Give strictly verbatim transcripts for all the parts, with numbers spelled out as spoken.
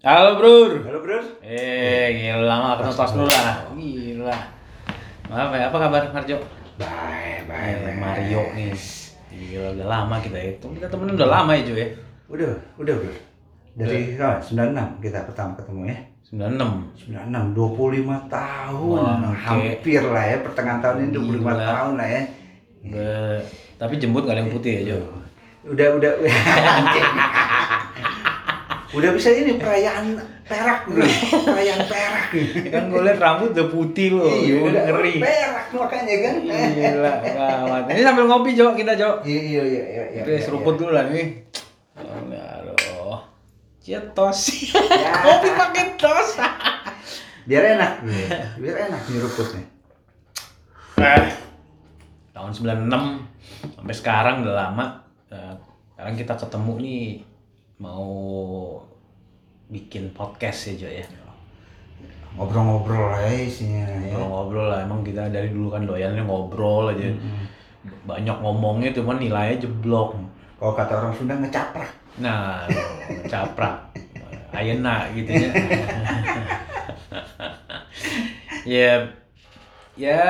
Halo Bro. Halo Bro. Eh, gila lama ketemu tos dulu lah. Gila. Maaf ya, apa kabar Marjo? Baik, baik, Eh, baik. Mario nih. Gila udah lama kita ya. Tuh, kita temenan udah lama ya Jo ya. Udah, udah Bro. Dari oh, sembilan puluh enam kita pertama ketemu ya. sembilan enam. sembilan puluh enam, dua puluh lima tahun. Wah, oke. Hampir lah ya, pertengahan tahun ini dua puluh lima Gila. tahun lah ya. Udah, tapi jembut gak ada yang putih ya Jo. Udah, udah. Anjing. Udah bisa ini perayaan perak Bro. Perayaan perak. Kan gue liat rambut udah putih loh. Iya, udah ngeri. perak makanya kan. Gila, gawat. Ini sambil ngopi Jo kita Jo. Iya, iya, iya, iya. iya, Oke, iya, seruput iya. dulu lah nih. Aduh. Cetos. Ya. Kopi pakai tos. Biar enak, Bro. Biar enak nyeruputnya. Eh, tahun sembilan puluh enam sampai sekarang udah lama. Nah, sekarang kita ketemu nih mau bikin podcast ya Jo ya. Ngobrol-ngobrol lah ya isinya ya. Ngobrol-ngobrol lah, emang kita dari dulu kan doyannya ngobrol aja. Mm-hmm. Banyak ngomongnya cuman nilainya jeblok. Kalau kata orang Sunda ngecaprak. Nah, caprak. Ayeuna gitu ya. Ya, ya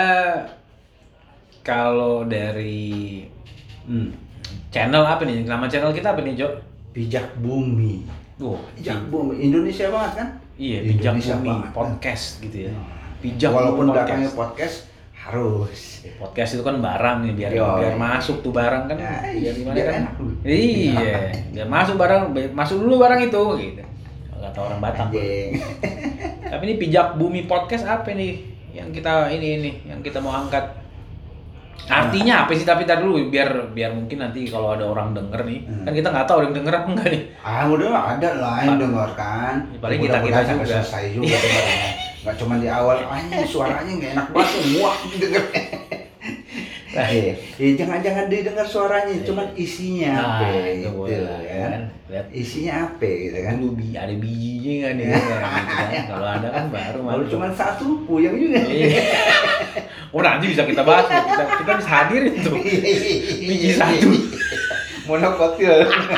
kalau dari Hmm. channel apa nih? Nama channel kita apa nih, Jo? Bijak Bumi. Oh, Bijak Bumi. Indonesia banget kan? iya, Bijak Indonesia Bumi banget, kan? podcast gitu ya. Bijak Walaupun Bumi belakangnya podcast. podcast harus. Podcast itu kan barang nih, biar Yo. biar masuk tuh barang kan. Ya, biar gimana biar kan? enak dulu. Iya, biar masuk barang, masuk dulu barang itu gitu. Kalau kata orang Batam. Anjing. Tapi ini Bijak Bumi podcast apa nih yang kita ini ini yang kita mau angkat? Artinya apa sih? Tapi tar dulu biar biar mungkin nanti kalau ada orang denger nih, Hmm. kan kita nggak tahu ada yang denger apa enggak nih. Ah, udah ada lah yang dengar kan. Ya, paling kita- kita Mudah-mudahan sampai juga. selesai juga dengarnya. Nggak cuma di awal, anjing suaranya nggak enak banget, muak dengernya. Nah, Eh, eh, jangan-jangan didengar suaranya, cuman isinya Nah, apa itu gitu boleh lah, kan. kan. Lihat Isinya apa gitu kan. dulu bi ada bijinya kan ya, gitu kan. Kalau ada kan baru Kalau mantap. cuma satu puyeng juga. Iya. Oh nanti bisa kita bahas, loh. kita kita bisa hadirin tuh biji satu. Monokotil.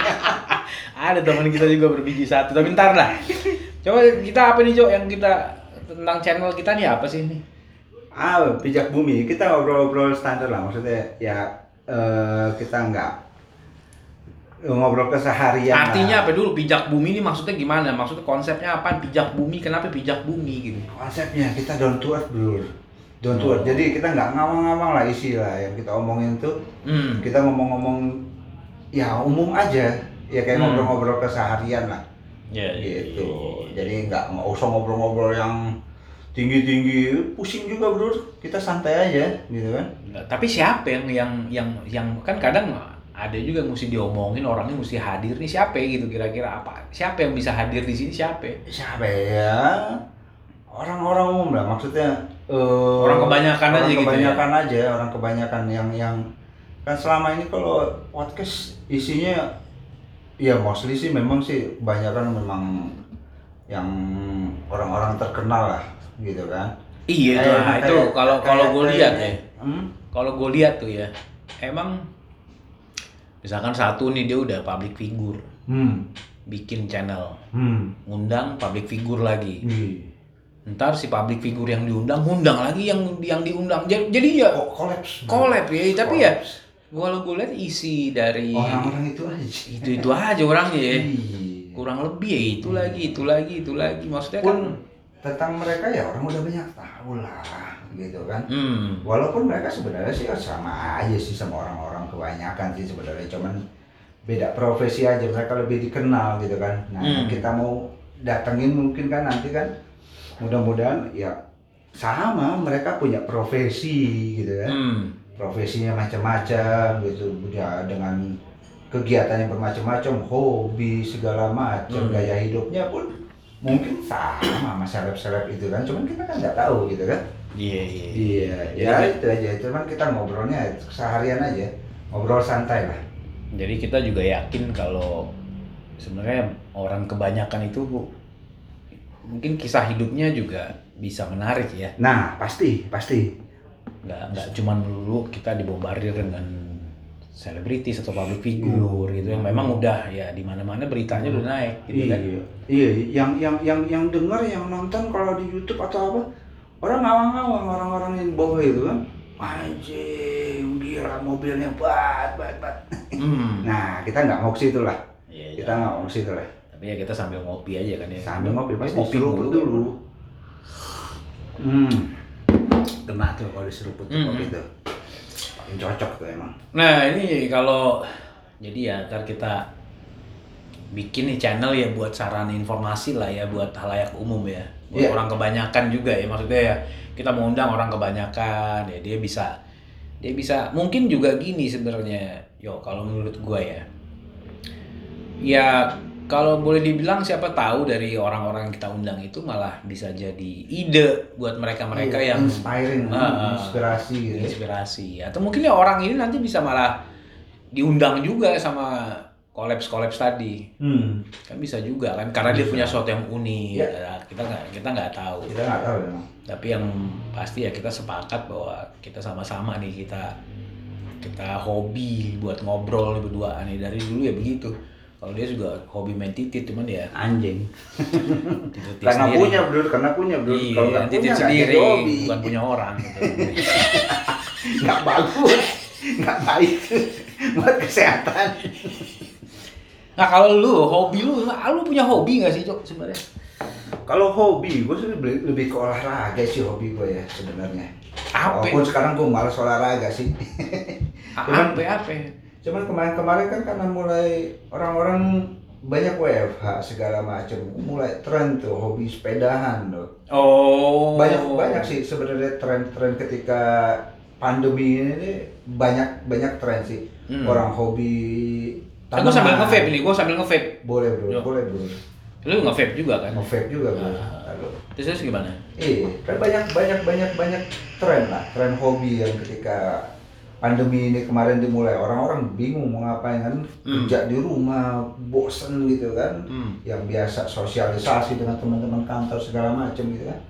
Ada teman kita juga berbiji satu, tapi ntar lah. Coba kita apa nih Jo yang kita tentang channel kita nih apa sih ini? Ah, Bijak Bumi. Kita ngobrol-ngobrol standar lah. Maksudnya ya eh, kita nggak ngobrol keseharian. Artinya lah. apa dulu Bijak Bumi ini maksudnya gimana? Maksudnya konsepnya apa? Bijak Bumi, kenapa Bijak Bumi gitu? Konsepnya kita down to earth, bro. Down to Oh. earth. Jadi kita nggak ngawang-ngawang lah isi lah yang kita omongin tuh. Hmm. Kita ngomong-ngomong ya umum aja. Ya kayak Hmm. ngobrol-ngobrol keseharian lah. Ya, Gitu. Jadi nggak nggak usah ngobrol-ngobrol yang tinggi-tinggi, pusing juga bro. Kita santai aja, gitu kan? Nggak, tapi siapa yang yang yang yang kan kadang ada juga yang mesti diomongin, orangnya mesti hadir nih siapa ya gitu kira-kira apa? Siapa yang bisa hadir di sini siapa? Siapa ya? Orang-orang umum lah, maksudnya. eh, Orang kebanyakan orang aja gitu ya? kebanyakan aja, orang kebanyakan yang yang kan selama ini kalau podcast isinya, ya mostly sih memang sih kebanyakan memang yang orang-orang terkenal lah, gitu kan? Iya Kayak- nah, itu kayak- kalau kalau kayak- gue kayak- lihat ya, Hmm? kalau gue lihat tuh ya, emang misalkan satu nih dia udah public figure, Hmm. bikin channel, Hmm. ngundang public figure lagi. Iya. Ntar si public figure yang diundang, ngundang lagi yang yang diundang. Jadi, jadi ya Kok kolaps? collab ya, tapi ya Kolaps. kalau gue lihat isi dari Orang-orang itu aja. itu itu aja orangnya ya. Iya. Kurang lebih ya itu lagi, itu lagi, itu lagi. Maksudnya kan, Pun tentang mereka ya orang udah banyak tahu lah, gitu kan? hmm, Walaupun mereka sebenarnya sih sama aja sih sama orang-orang kebanyakan sih sebenarnya, cuman beda profesi aja, mereka lebih dikenal gitu kan. Nah, Hmm. kita mau datengin mungkin kan nanti kan mudah-mudahan ya sama, mereka punya profesi gitu kan. hmm, Profesinya macam-macam gitu, ya dengan kegiatan yang bermacam-macam, hobi segala macam, Hmm. gaya hidupnya pun mungkin sama sama seleb-seleb itu kan, cuman kita kan nggak tahu gitu kan. iya iya. Iya, ya itu aja. Cuman kita ngobrolnya seharian aja, ngobrol santai lah. Jadi kita juga yakin kalau sebenarnya orang kebanyakan itu mungkin kisah hidupnya juga bisa menarik ya. Nah, pasti, pasti. Nggak nggak cuman melulu kita dibombardir dengan selebritis atau public figure gitu yang memang udah ya di mana-mana beritanya udah naik gitu iya, kan. Iya, yang yang yang yang dengar yang nonton kalau di YouTube atau apa orang ngawang-ngawang orang-orang yang bawah itu kan. Anjing, gila mobilnya bat bat bat. Hmm. Nah, kita nggak mau ke situ lah. Iya, Kita nggak mau ke situ lah. tapi ya kita sambil ngopi aja kan ya. Sambil ngopi pasti Ngopi seruput dulu. dulu. Hmm. Kena tuh kalau diseruput Hmm. kopi tuh. Paling cocok tuh emang. Nah ini kalau jadi ya ntar kita bikin nih channel ya buat saran informasi lah ya buat halayak umum ya. Buat Yeah. orang kebanyakan juga ya maksudnya ya kita mau undang orang kebanyakan ya dia bisa dia bisa mungkin juga gini sebenarnya yo kalau menurut gua ya ya kalau boleh dibilang siapa tahu dari orang-orang yang kita undang itu malah bisa jadi ide buat mereka-mereka Iya, yang inspiring, Ah, inspirasi gitu. inspirasi atau mungkin ya orang ini nanti bisa malah diundang juga sama kolaps-kolaps tadi Hmm. kan bisa juga kan karena dia Bisa. punya sesuatu yang unik Ya. ya, kita nggak kita nggak tahu Kita nggak tahu emang. tapi yang pasti ya kita sepakat bahwa kita sama-sama nih kita kita hobi buat ngobrol nih berduaan nih dari dulu ya begitu kalau dia juga hobi main titit cuman ya Anjing. titit Karena sendiri. punya bro, karena punya bro. Iya, Kalau nggak titit punya nggak sendiri jadi hobi. bukan punya orang gitu. Nggak bagus, nggak baik buat kesehatan. Nah kalau lu hobi lu, lu punya hobi nggak sih Cok sebenarnya? Kalau hobi, gue sih lebih, lebih ke olahraga sih hobi gue ya sebenarnya. Apa? Walaupun sekarang gue malas olahraga sih. Cuman- Apa apa? Cuman kemarin-kemarin kan karena mulai orang-orang banyak W F H segala macam, mulai tren tuh hobi sepedahan tuh. Oh. Banyak banyak sih sebenarnya tren-tren ketika pandemi ini nih, banyak banyak tren sih. Hmm. Orang hobi Kan gue sambil nge-vape ini, gue sambil nge-vape. Boleh bro, Yo. boleh bro. Lu nge-vape juga kan? Nge-vape juga bro. Ah. Aduh. Terus terus gimana? Iya, kan banyak banyak banyak banyak tren lah, tren hobi yang ketika pandemi ini kemarin dimulai orang-orang bingung mau ngapain kan, Hmm. kerja di rumah, bosen gitu kan, Hmm. yang biasa sosialisasi dengan teman-teman kantor segala macam gitu kan,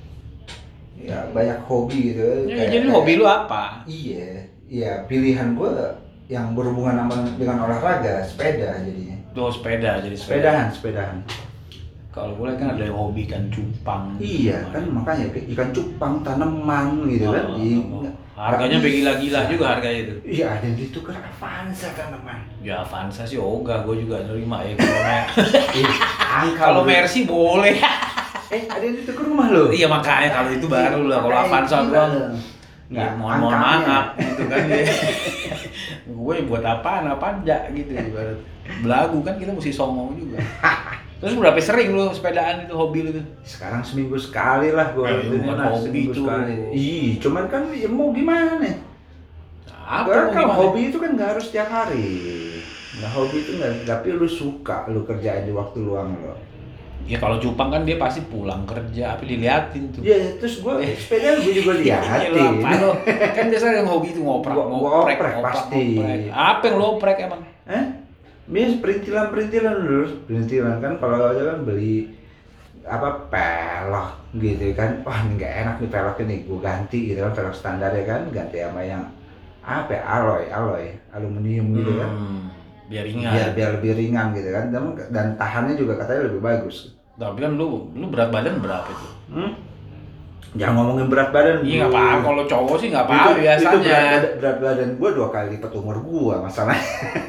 ya banyak hobi gitu. Ya, jadi hobi lu apa? Iya, iya pilihan gue yang berhubungan sama dengan olahraga, sepeda jadinya. Tuh sepeda jadi sepeda. Sepedahan, sepedahan. Kalau gue lihat kan ada yang hobi kan cupang. Iya kan makanya ikan cupang tanaman gitu kan. Oh, Di- oh. Harganya nggak begila-gila bisa. juga harganya itu. Iya ada yang ditukar Avanza tanaman. Ya Avanza sih ogah, gue juga nerima ya kalau Mer- Eh, angka kalau lu. Mercy boleh. Eh ada yang ditukar rumah lo. Iya makanya kalau itu baru lah. Kalau Avanza doang. Ya, mohon mohon maaf gitu kan ya. Gue buat apaan apa aja gitu ibarat. Belagu kan kita mesti songong juga. Terus berapa sering lu sepedaan itu hobi lu tuh? Sekarang seminggu sekali lah gue Eh, itu bukan nah, hobi seminggu tuh. sekali. Ih, cuman kan ya mau gimana? Apa Karena mau kalau gimana? hobi itu kan nggak harus tiap hari. Nah hobi itu nggak, tapi lu suka lu kerjain di waktu luang lo. Ya kalau cupang kan dia pasti pulang kerja, apa diliatin tuh. Iya, terus gue sepeda gue juga Ya, lu liatin. apa lu? Kan biasanya yang hobi itu ngoprak, Gua- gua ngoprek, oprek ngoprak, pasti. ngoprek. Apa yang lu oprek emang? Eh? Mis perintilan-perintilan dulu, perintilan kan kalau aja kan beli apa pelok gitu kan. Wah, ini nggak enak nih pelok ini, gue ganti gitu kan pelok standar ya kan, ganti sama yang apa ya, alloy, alloy, aluminium gitu kan. Hmm, biar ringan. Biar biar lebih ringan gitu kan. Dan, dan tahannya juga katanya lebih bagus. Tapi kan lu lu berat badan berapa itu? Hmm? Jangan ngomongin berat badan. Iya nggak bro. apa-apa, kalau cowok sih nggak apa-apa Itu- biasanya. Itu berat, badan- berat badan gue dua kali lipat umur gue masalahnya.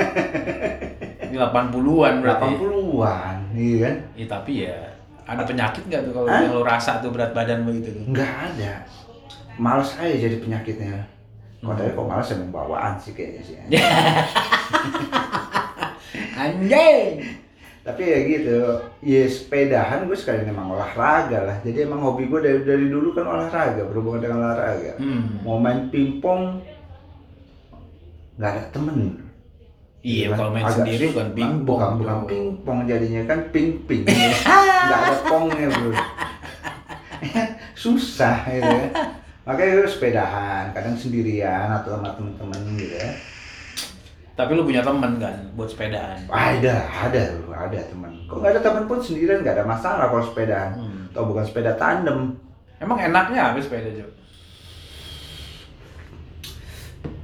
Ini delapan puluhan berarti. delapan puluhan, iya kan? Iya tapi ya ada penyakit nggak tuh kalau Hah? yang lu rasa tuh berat badan begitu tuh? Nggak ada. Males aja jadi penyakitnya. Kalau Hmm. tadi kok males emang bawaan sih kayaknya sih. Anjing. Tapi ya gitu, ya sepedahan gue sekalian emang olahraga lah. Jadi emang hobi gue dari dari dulu kan olahraga, berhubungan dengan olahraga. Hmm. Mau main pingpong, nggak ada temen. Iya, Kan kalau main agak sendiri bukan susah. pingpong. Bukan, bukan bro. pingpong jadinya kan ping-ping. Nggak ada pongnya bro. Susah gitu ya. Makanya gue sepedahan, kadang sendirian atau sama temen-temen gitu ya. Tapi lu punya teman kan buat sepedaan. Ada, ada bro, ada teman. Kok nggak ada teman pun sendirian nggak ada masalah kalau sepedaan. Hmm. Atau bukan sepeda tandem. Emang enaknya apa sepeda, Jo?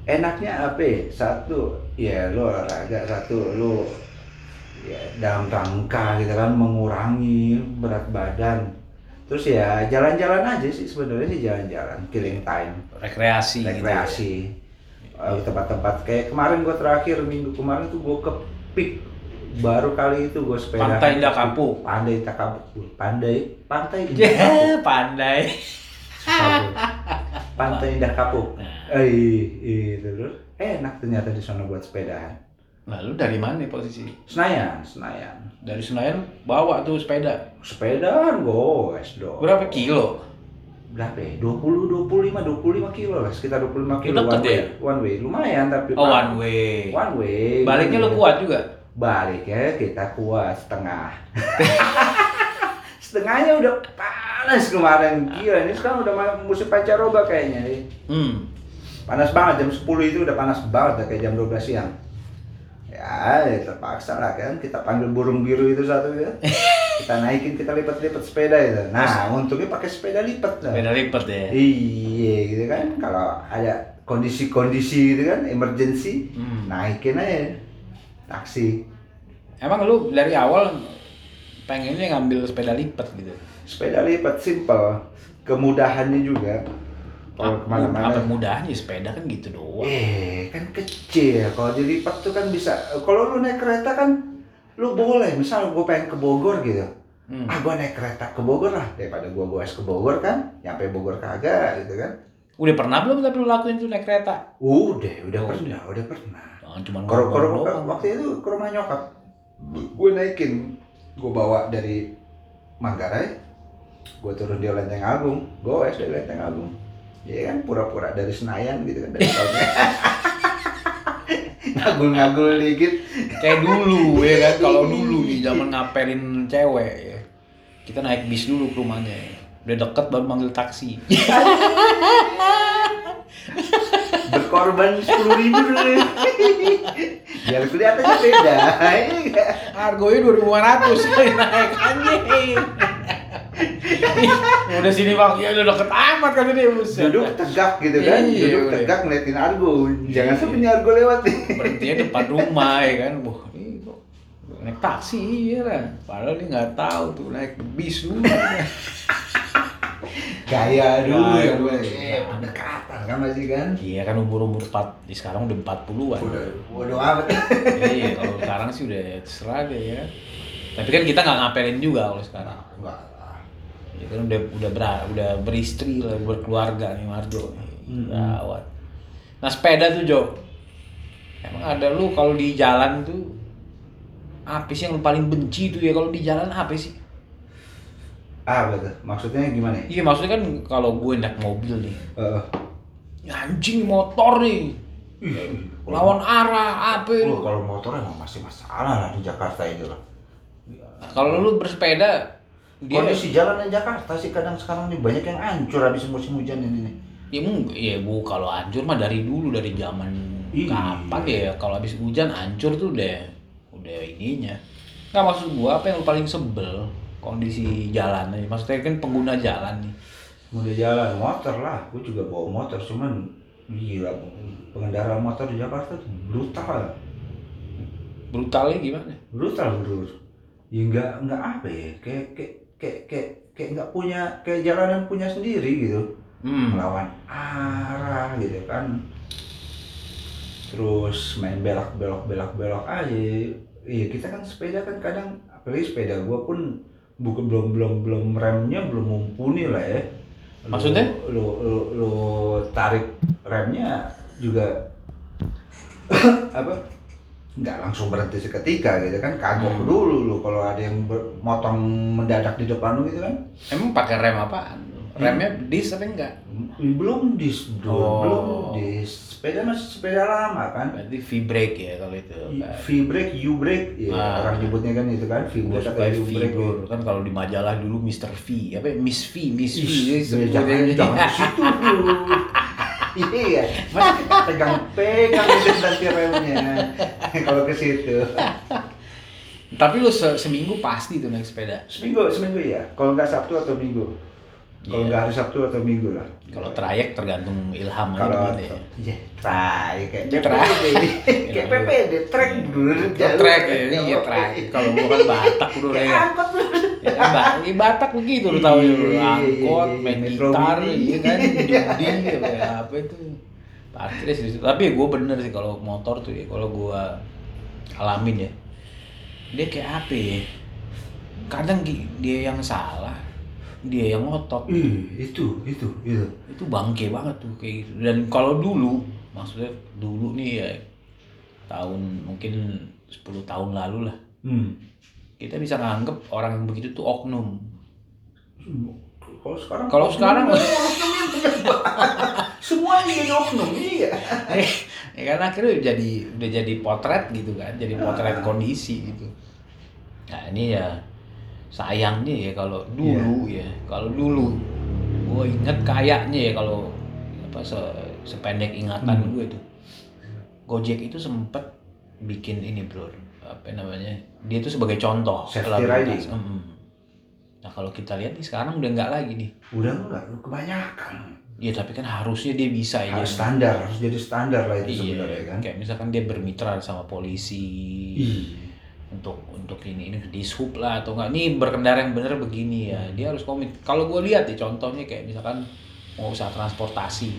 enaknya apa ya? Satu ya lu olahraga, satu lu ya dalam rangka gitu kan mengurangi berat badan. Terus ya jalan-jalan aja sih sebenarnya sih, jalan-jalan killing time, Rekreasi, rekreasi. gitu Eh, tempat-tempat kayak kemarin gue terakhir minggu kemarin tuh gue ke Pik, baru kali itu gue ya. sepeda Pantai Indah Kapuk. Pantai Indah Kapuk, pantai pantai Indah Ya, Kapuk. pandai. Kapuk. Pantai Indah Kapuk. Nah. Eh, itu terus enak ternyata di sana buat sepedaan. Nah, lu dari mana posisi? Senayan, Senayan. Dari Senayan bawa tuh sepeda. Sepedaan goes dong. Berapa kilo? Berapa ya? dua puluh, dua puluh lima, dua puluh lima kilo lah, sekitar dua puluh lima kilo. Deket One way, ya? one way, lumayan tapi. Oh, one way. One way. Baliknya lu kuat juga? Baliknya kita kuat setengah. Setengahnya udah panas kemarin, gila. Ini sekarang udah ma- musim pancaroba kayaknya nih. Hmm. Panas banget, jam sepuluh itu udah panas banget, udah kayak jam dua belas siang. Ya, ya terpaksa lah kan, kita panggil burung biru itu satu ya. Kita naikin, kita lipat-lipat sepeda itu. Nah, untungnya pakai sepeda lipat lah. Sepeda lipat ya. Iya gitu kan, kalau ada kondisi-kondisi gitu kan, emergency, Hmm. naikin aja taksi. Emang lu dari awal pengennya ngambil sepeda lipat gitu? Sepeda lipat simple, kemudahannya juga. Kalau Apa kemana-mana. mudahnya sepeda kan gitu doang. Eh, kan kecil. Kalau dilipat tuh kan bisa. Kalau lu naik kereta kan, lu boleh. Misal gue pengen ke Bogor gitu. Hmm. Ah, gue naik kereta ke Bogor lah. Daripada gue goes ke Bogor kan, nyampe Bogor kagak gitu kan. Udah pernah belum tapi lu lakuin tuh naik kereta? Udah, udah Oh, pernah, udah pernah. Jangan cuma Kalau ngomong kalau doang. waktu itu ke rumah nyokap, gue naikin, gue bawa dari Manggarai, gue turun di Lenteng Agung, gue es dari Lenteng Agung, ya kan pura-pura dari Senayan gitu kan, dari tahunnya. Ngagul-ngagul dikit. Kayak dulu ya kan, kalau dulu di zaman ngapelin cewek ya. Kita naik bis dulu ke rumahnya ya. Udah deket baru manggil taksi. Berkorban sepuluh ribu dulu. Biar kelihatannya beda. Harganya dua ribu lima ratus naik anjing. Udah sini bang, ya udah deket amat kan dia buset. Duduk tegak gitu kan, Iya, duduk udah. tegak ngeliatin Argo. Jangan sampai nih Argo lewat nih. Berhentinya depan rumah ya kan. Wah, ini kok naik taksi iya lah. Padahal dia nggak tahu tuh naik bis dulu. Gaya dulu Gaya ya dulu. gue. Eh, pendekatan kan masih kan. Iya kan umur-umur empat, di sekarang udah empat puluhan. Udah, bodo amat. Iya, kalau sekarang sih udah terserah deh ya. Tapi kan kita nggak ngapelin juga kalau sekarang. Enggak lah. Ya kan udah udah ber, udah beristri lah, berkeluarga nih Marjo. Hmm. Gawat. Nah sepeda tuh Jo, emang ada lu kalau di jalan tuh apa sih yang lu paling benci tuh ya kalau di jalan apa sih? Ah betul. Maksudnya gimana ya? Iya maksudnya kan kalau gue naik mobil nih, Eh, ya anjing motor nih, lawan arah apa oh, lu? kalau motor emang masih masalah lah di Jakarta itu lah. Kalau lu bersepeda, dia Kondisi jalan di Jakarta sih kadang sekarang nih banyak yang hancur habis musim hujan ini nih. ya mung, ya bu kalau hancur mah dari dulu dari zaman Iya. kapan ya kalau habis hujan hancur tuh udah udah ininya. Nggak maksud gua apa yang lu paling sebel kondisi jalan nih, maksudnya kan pengguna jalan nih. Udah jalan motor lah, gue juga bawa motor cuman gila pengendara motor di Jakarta tuh brutal, Brutalnya gimana? brutal bro. Ya nggak nggak apa ya, kayak kayak kayak kayak kayak nggak punya kayak jalanan punya sendiri gitu, Hmm. melawan arah gitu kan, terus main belak belok belak belok aja. Iya kita kan sepeda kan kadang apalagi sepeda gua pun bukan belum belum belum remnya belum mumpuni lah ya. Lu- Maksudnya? Lu, lu, lu tarik remnya juga apa? Nggak langsung berhenti seketika gitu kan, kagok Hmm. dulu lu kalau ada yang ber- motong mendadak di depan lu gitu kan. Emang pakai rem apaan? Remnya dis apa enggak? Belum dis bro, Oh. belum dis. Sepeda masih sepeda lama kan. Berarti V-brake ya kalau itu. V-brake, U-brake, ya Ah. orang nyebutnya kan itu kan, Gue V-brake suka atau V U-brake. bro, kan kalau di majalah dulu mister V, apa ya? Miss V, Miss V, Ih, jadi jangan, sebutnya. jangan ke situ bro. Iya, masa kita pegang-pegang itu nanti remnya kalau ke situ. Tapi lu se- seminggu pasti tuh naik sepeda. Seminggu, seminggu ya. Kalau nggak Sabtu atau Minggu. Kalau Iya. nggak hari Sabtu atau Minggu lah. Kalau trayek tergantung ilham aja Kalau gimana ya. iya, trayek kayak Trayek. P P D, kayak P P D, trek bro, Trek ya, iya trek. Kalau gua kan Batak bro kayak ya. angkot bro. Ya kan Ba- ini Batak begitu lu tahu ya, bro. Iya, Angkot, iya, main Metro gitar, Mini. iya kan, judi, ya, apa itu. Parkirnya sih. Tapi gue bener sih kalau motor tuh ya, kalau gua alamin ya, dia kayak apa ya? Kadang gi- dia yang salah, dia yang ngotot. Ih, itu, itu, itu. Itu bangke banget tuh kayak gitu. Dan kalau dulu, maksudnya dulu nih ya, tahun mungkin sepuluh tahun lalu lah, Hmm. kita bisa nganggep orang yang begitu tuh oknum. Kalau sekarang, Kalau sekarang semuanya jadi oknum, iya. ya kan akhirnya jadi udah jadi potret gitu kan, jadi potret kondisi gitu. Nah ini ya sayangnya ya kalau dulu ya, kalau dulu gue inget kayaknya ya kalau apa se sependek ingatan Hmm. gue tuh, Gojek itu sempet bikin ini bro, apa namanya, dia tuh sebagai contoh Safety lalu lintas. riding. Mm. Nah kalau kita lihat nih sekarang udah nggak lagi nih. Udah enggak, kebanyakan. Ya tapi kan harusnya dia bisa ya. Harus standar, harus jadi standar lah itu Iya, sebenarnya kan. kayak misalkan dia bermitra sama polisi Iya. untuk untuk ini ini dishub lah atau enggak, nih berkendara yang bener begini ya, dia harus komit. Kalau gue lihat ya contohnya kayak misalkan mau usaha transportasi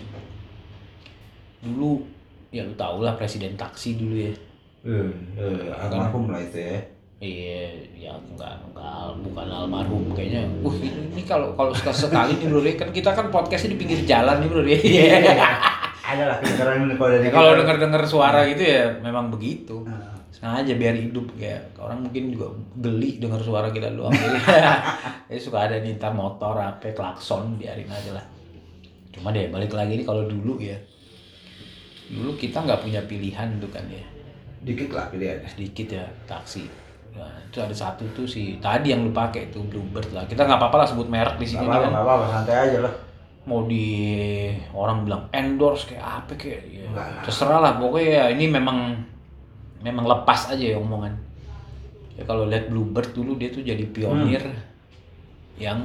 dulu ya, lu tau lah presiden taksi dulu ya. Eh, eh, almarhum lah itu ya. Iya, ya enggak, enggak, bukan almarhum kayaknya. Uh, ini, ini kalau kalau sekali sekali nih bro, kan kita kan podcastnya di pinggir jalan nih bro. Iya. Ada lah kedengaran kalau dari Ya, kalau kita. dengar-dengar suara gitu ya memang begitu. Nah, Sengaja biar hidup ya. Orang mungkin juga geli dengar suara kita doang. Jadi suka ada nih ntar motor apa klakson, biarin aja lah. Cuma deh balik lagi nih kalau dulu ya. Dulu kita nggak punya pilihan tuh kan ya. dikit lah pilihannya. Sedikit ya taksi. Nah, itu ada satu tuh si tadi yang lu pakai tuh Bluebird lah. Kita nggak apa-apa lah sebut merek di sini Nggak apa-apa, kan. nggak apa-apa, santai aja lah. Mau di orang bilang endorse kayak apa kayak ya. Enggak lah. Terserah lah pokoknya ya, ini memang memang lepas aja ya omongan. Ya kalau lihat Bluebird dulu dia tuh jadi pionir Hmm. yang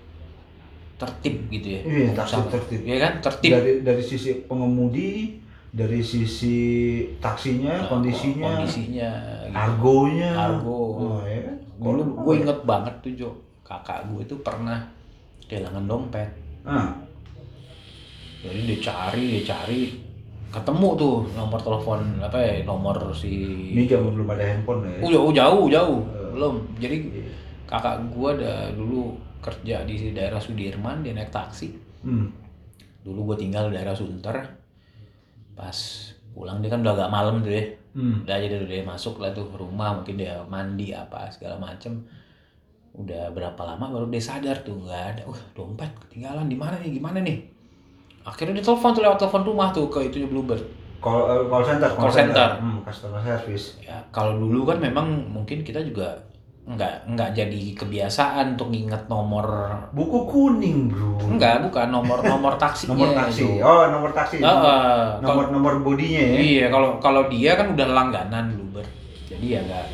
tertib gitu ya. Iya, Pengusaha. taksi tertib. Iya kan, tertib. Dari dari sisi pengemudi, dari sisi taksinya, Nah, kondisinya, kondisinya gitu. argonya. Argo. Oh, ya kan? Dulu gue inget banget tuh Jo, kakak gue tuh pernah kehilangan dompet. Ah, Jadi dia cari, dia cari, ketemu tuh nomor telepon apa ya, nomor si. ini zaman belum ada handphone ya. Oh jauh jauh jauh Eh. belum. Jadi Iya. kakak gua ada dulu kerja di daerah Sudirman, dia naik taksi. Hmm. Dulu gua tinggal di daerah Sunter. Pas pulang dia kan udah agak malam tuh ya. Hmm. Udah aja dia udah masuk lah tuh rumah, mungkin dia mandi apa segala macem. Udah berapa lama baru dia sadar tuh nggak ada. Uh dompet ketinggalan di mana nih, gimana nih? Akhirnya dia telepon tuh lewat telepon rumah tuh ke itunya Bluebird. Call, uh, call center, Call center. Hmm, customer service. Ya kalau dulu kan memang mungkin kita juga nggak nggak jadi kebiasaan untuk nginget nomor. Buku kuning bro. Enggak, bukan nomor nomor taksinya. Nomor taksi. itu. Oh, nomor taksi. Ah, ah. nomor nomor bodinya ya. Iya, kalau kalau dia kan udah langganan Bluebird. Jadi ya nggak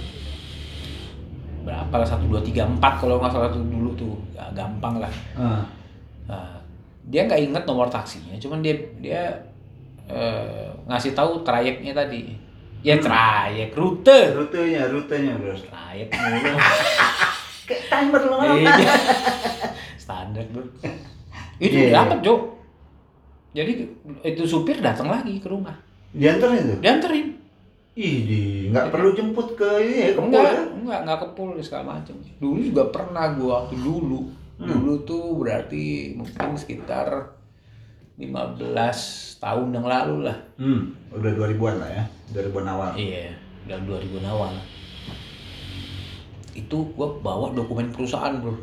berapa lah, satu dua tiga empat kalau nggak salah tuh dulu tuh, nggak gampang lah. Ah. Nah, dia nggak inget nomor taksinya, cuman dia dia eh, ngasih tahu trayeknya tadi. Ya trayek, rute. Rutenya, rutenya bro. Trayek mulu. Kayak timer lo. Iya. Standar bro. Itu Iya, dapat Jo. Jadi itu supir datang lagi ke rumah, Dianterin tuh. dianterin. Ih, di nggak perlu jemput ke ini ya, ke pol Enggak, ya. enggak, enggak ke pol segala macam. Dulu juga pernah gua waktu dulu. Hmm. Dulu tuh berarti mungkin sekitar lima belas tahun yang lalu lah. Hmm, udah dua ribuan lah ya. dua ribuan awal. Iya, udah dua ribuan awal. Itu gua bawa dokumen perusahaan, Bro.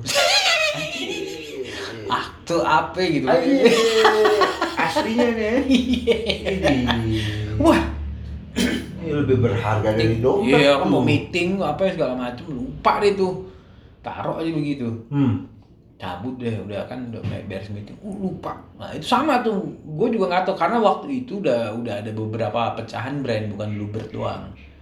Akte apa gitu. Aji, aslinya nih. Iya. Ini Wah, lebih berharga dari dompet. iya, aku tuh. mau meeting apa ya segala macam, lupa deh tuh. Taruh aja begitu. Hmm. Cabut deh, udah kan udah beres meeting, uh, lupa. Nah itu sama tuh, gue juga nggak tahu karena waktu itu udah udah ada beberapa pecahan brand, bukan Bluebird doang.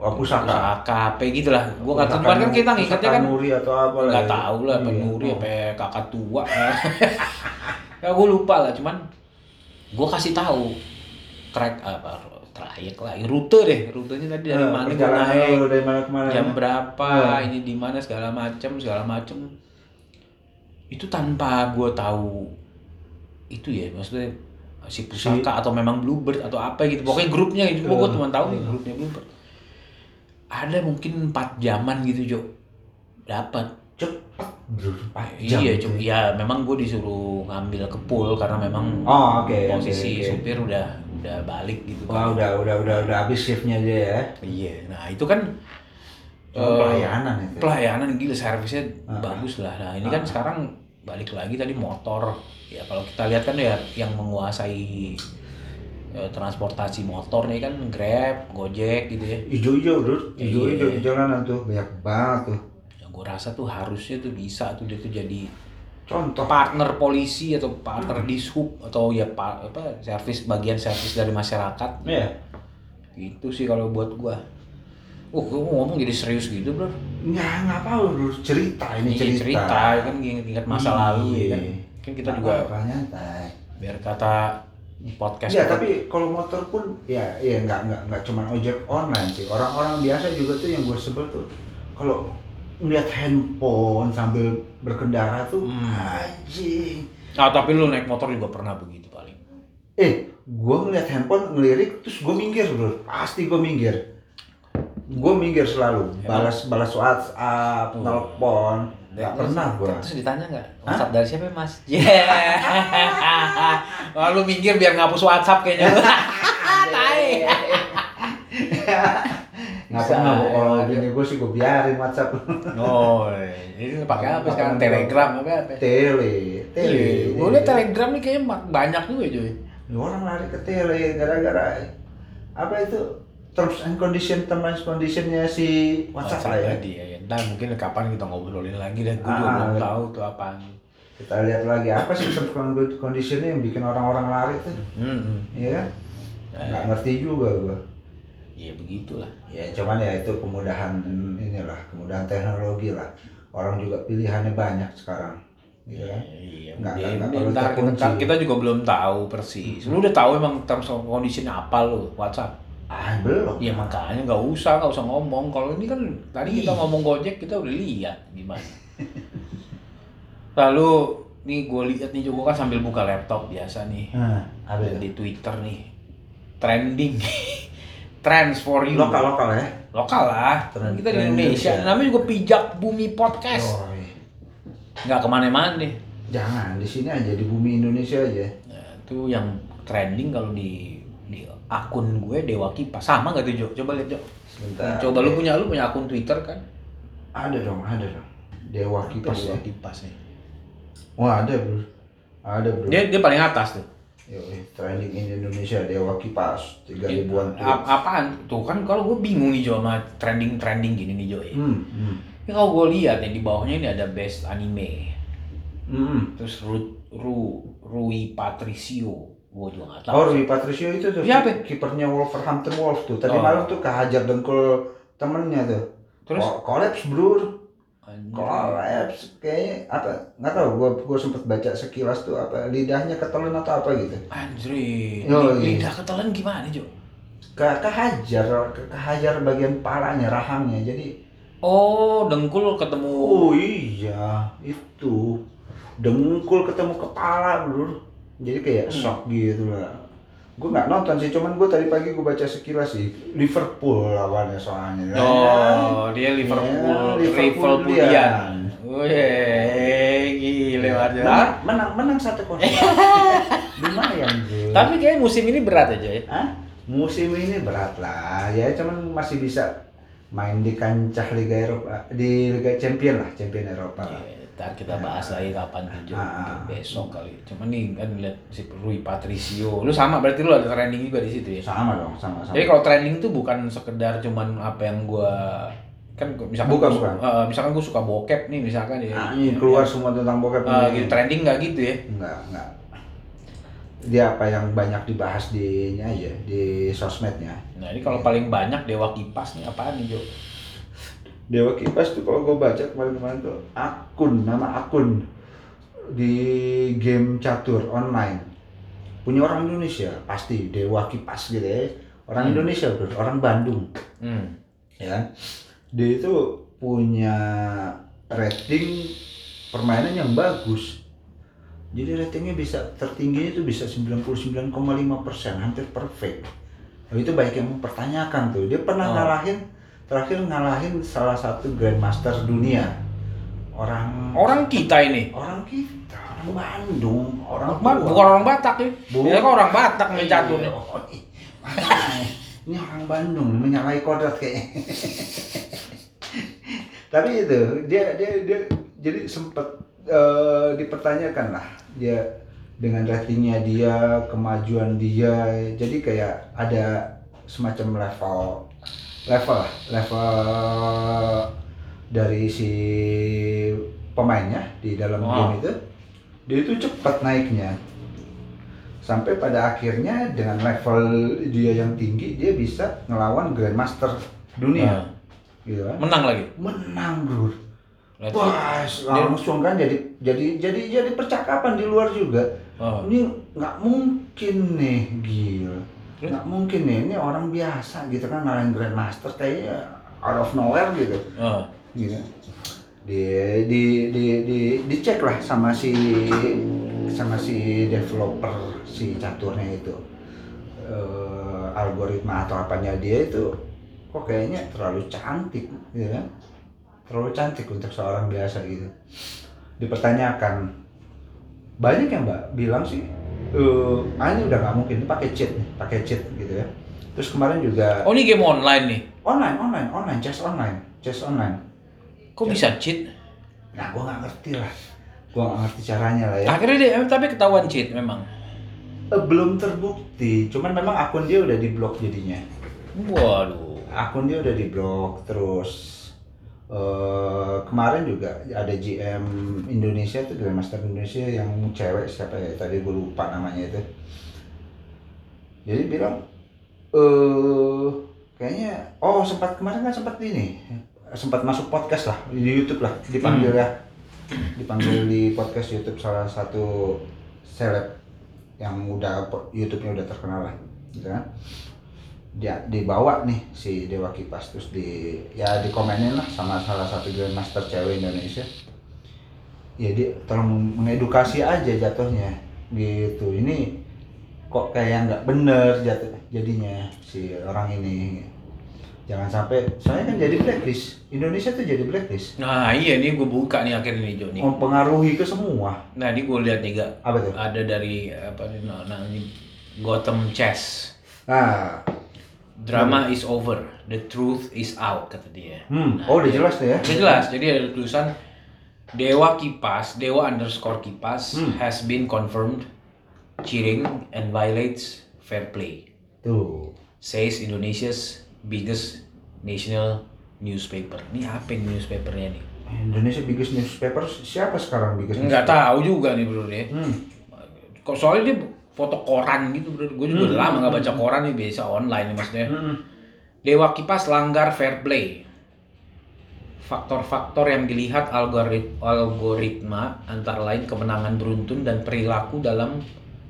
Oh, pusaka. Pusaka apa gitu lah. Gua nggak tahu kan kita ngikatnya kan. Nuri atau apa lah. Nggak tahu lah, apa iya. Nuri apa kakak tua. Ya gue lupa lah, cuman gue kasih tahu track apa trayek lah, rute deh, rutenya tadi dari Nah, mana gue naik, dari mana kemana, jam berapa, nah. ini di mana segala macem segala macem. Itu tanpa gue tahu itu ya, maksudnya si pusaka si. Atau memang Bluebird atau apa gitu, pokoknya grupnya itu uh, gue cuma tahu uh. nih grupnya Bluebird. Ada mungkin empat jaman gitu Jo, dapat. Cepet bro, iya cuma ya memang gue disuruh ngambil ke pool karena memang oh, okay, posisi okay, okay. supir udah udah balik gitu kan. Oh, udah udah udah udah habis shiftnya dia ya. Iya, nah itu kan uh, pelayanan itu. Pelayanan gila, servisnya uh, bagus lah. Nah ini uh, kan sekarang balik lagi tadi motor. Ya kalau kita lihat kan ya yang menguasai ya, transportasi motor nih kan Grab, Gojek gitu ya. Ijo-ijo bro, ijo-ijo di jalanan tuh banyak banget tuh. Gue rasa tuh harusnya tuh bisa tuh dia tuh jadi contoh partner polisi atau partner hmm. dishub atau ya apa servis bagian servis dari masyarakat. Iya. Yeah. Itu sih kalau buat gua. Uh, gua ngomong jadi serius gitu, Bro. Nggak, nggak apa-apa, Bro. Cerita ini cerita. cerita. Kan ingat masa Iyi. lalu ya kan. Kan kita juga nyantai. Biar kata podcast. Ya, tapi kalau motor pun ya ya nggak nggak nggak cuma ojek online sih. Orang-orang biasa juga tuh yang gua sebel tuh kalau ngeliat handphone sambil berkendara tuh hmm. anjing. Ah, tapi lu naik motor juga pernah begitu paling. Eh, gua ngeliat handphone ngelirik terus gua minggir bro, pasti gua minggir. Gua minggir selalu, balas balas WhatsApp, oh. telepon, nggak pernah gua. Terus ditanya nggak? WhatsApp dari siapa mas? Yeah. Lalu minggir biar ngapus WhatsApp kayaknya. Tai. Nggak pernah kalau gini gue sih gue biarin WhatsApp. Oh, ini pakai apa sekarang? Telegram apa apa? Tele, tele. Gue liat Telegram nih kayaknya banyak juga cuy. Orang lari ke tele gara-gara apa itu terms and condition, terms and conditionnya si WhatsApp lah ya. Tadi ya. Nah mungkin kapan kita ngobrolin lagi dan gue juga belum tahu tuh apaan. Kita lihat lagi apa sih terms and conditionnya yang bikin orang-orang lari tuh. Iya kan? Nggak ngerti juga gue. Ya begitulah. Ya cuman ya itu kemudahan inilah, kemudahan teknologi lah. Orang juga pilihannya banyak sekarang. Gitu kan? Iya. Nggak, Ya, nggak ini ntar kita, kita juga belum tahu persis. Lu udah tahu emang terms and condition apa lu WhatsApp? Ah belum. Ya makanya nggak usah, nggak usah ngomong. Kalau ini kan tadi kita ngomong Gojek kita udah lihat gimana. Lalu nih gue lihat nih juga kan sambil buka laptop biasa nih. Hmm, ada di Twitter nih trending. Trends for you. Lokal-lokal ya? Lokal lah. Trend, kita di Indonesia. Indonesia. Namanya juga Pijak Bumi Podcast. Oh, iya. Nggak kemana-mana deh. Jangan, di sini aja, di bumi Indonesia aja. Nah, itu yang trending kalau di di akun gue Dewa Kipas. Sama nggak tuh Jo? Coba lihat Jo. Sebentar. Coba lu punya lu punya akun Twitter kan? Ada dong, ada dong. Dewa Kipas. Dewa ya? Kipas nih. Wah ada bro. Ada bro. Dia dia paling atas tuh. Yoi, trending in Indonesia Dewa Kipas tiga ribuan tweets. Apaan? Tuh kan kalau gue bingung nih Jo sama trending-trending gini nih Jo ya. Hmm, hmm. Ini kalau gue lihat nih di bawahnya ini ada best anime. Hmm. Terus Ru, Ru Rui Patricio. Gue juga nggak tahu. Oh, Rui Patricio itu tuh. Siapa? Kipernya Wolverhampton Wolves tuh. Tadi oh. malam tuh kehajar dengkul temennya tuh. Terus kolaps bro. Kolaps kayaknya apa nggak tahu, gua gua sempet baca sekilas tuh apa lidahnya ketelan atau apa gitu. Anjir, oh, lidah ketelan gimana Jo? Ke kehajar, ke kehajar bagian palanya, rahangnya jadi. Oh, dengkul ketemu. Oh iya, itu dengkul ketemu kepala bro, jadi kayak hmm. shock gitu lah. Gue nggak nonton sih, cuman gue tadi pagi gue baca sekilas sih Liverpool lawannya soalnya. Oh, dia Liverpool, ya, Liverpoolian. Wih, gile banget. Menang, menang, menang satu kosong. Lumayan bro. Tapi kayak musim ini berat aja ya. Hah? Musim ini berat lah, ya cuman masih bisa main di kancah Liga Eropa, di Liga Champion lah, Champion Eropa. Yeah. Ntar kita bahas ya. lagi kapan tuh ah, besok kali. Cuman nih kan lihat si Rui Patricio. Lu sama berarti lu ada trending juga di situ ya? Sama dong, sama sama. Jadi kalau trending tuh bukan sekedar cuman apa yang gua kan misalkan bukan, gua, bukan. Uh, misalkan gua suka bokep nih misalkan ya. Ah, ini keluar ya, semua tentang bokep. Uh, gitu trending enggak gitu ya? Enggak, enggak. dia apa yang banyak dibahas di nya aja di sosmednya. Nah ini kalau paling banyak Dewa Kipas nih apaan nih Jo? Dewa Kipas tuh kalau gue baca kemarin-kemarin tuh akun, nama akun di game catur online punya orang Indonesia pasti Dewa Kipas gitu ya, orang Hmm. Indonesia bro, orang Bandung. Hmm. Ya, dia itu punya rating permainan yang bagus. Jadi ratingnya bisa tertingginya itu bisa sembilan puluh sembilan koma lima persen, hampir perfect. Nah, itu banyak yang mempertanyakan tuh. Dia pernah Oh. ngalahin, terakhir ngalahin salah satu Grandmaster dunia. Orang Orang kita ini. orang kita, orang Bandung, orang Ba- tua. bukan orang Batak ya. Bu- Dia kan orang Batak main catur. Iya, oh, ih, makanya, ini orang Bandung menyalahi kodrat kayaknya. Tapi itu dia dia dia jadi sempat uh, dipertanyakan lah dia dengan ratingnya dia, kemajuan dia, jadi kayak ada semacam level level lah, level dari si pemainnya di dalam Wow. game itu, dia itu cepat naiknya sampai pada akhirnya dengan level dia yang tinggi dia bisa ngelawan Grandmaster dunia. Nah, Gitu kan? menang lagi. Menang bro. Berarti Wah, langsung kan jadi jadi jadi jadi percakapan di luar juga. Oh. Ini nggak mungkin nih, gila. Nggak mungkin nih, ini orang biasa gitu kan ngalahin Grandmaster kayaknya out of nowhere gitu. Oh. Gitu. Di di di di dicek lah sama si sama si developer si caturnya itu. Eh, algoritma atau apanya dia itu kok kayaknya terlalu cantik gitu kan, terlalu cantik untuk seorang biasa gitu. Dipertanyakan banyak yang mbak bilang sih eh ah, ini udah nggak mungkin, ini pakai cheat nih, pakai cheat gitu ya. Terus kemarin juga Oh ini game online nih. online online online chess online chess online. Kok bisa cheat? Nah gua nggak ngerti lah, gua nggak ngerti caranya lah ya. Akhirnya dia eh, tapi ketahuan cheat memang. Eh, belum terbukti, cuman memang akun dia udah diblok jadinya. Waduh. Akun dia udah diblok. Terus uh, kemarin juga ada G M Indonesia tuh, Grandmaster Indonesia yang cewek, siapa ya tadi gue lupa namanya itu. Jadi bilang eh kayaknya oh sempat kemarin kan sempat ini sempat masuk podcast lah di YouTube lah, dipanggil ya, dipanggil di podcast YouTube salah satu seleb yang udah YouTube-nya udah terkenal lah gitu kan. Dia dibawa nih si Dewa Kipas, terus di ya dikomenin lah sama salah satu Grandmaster cewek Indonesia. Ya dia tolong mengedukasi aja jatuhnya gitu. Ini kok kayak nggak bener jatuh jadinya si orang ini. Jangan sampai, soalnya kan jadi blacklist. Indonesia tuh jadi blacklist. Nah iya nih gue buka nih akhirnya nih Jo nih. Mempengaruhi ke semua. Nah ini gue lihat nih gak. Apa tuh? Ada dari apa nih namanya Gotham Chess. Nah, Drama is over, the truth is out kata dia. hmm. Oh udah jelas tuh ya. Udah jelas. Jadi ada tulisan Dewa Kipas, Dewa underscore Kipas Hmm. has been confirmed cheating and violates fair play. Tuh. Says Indonesia's biggest national newspaper. Ini apa nih newspapernya nih? Indonesia biggest newspaper siapa sekarang biggest? Nggak tahu juga nih bro deh. Hmm. Kok soalnya dia foto koran gitu bro. Gue juga Hmm. udah lama nggak baca koran nih, biasa online nih maksudnya. Hmm. Dewa Kipas langgar fair play. Faktor-faktor yang dilihat algorit- algoritma antara lain kemenangan beruntun dan perilaku dalam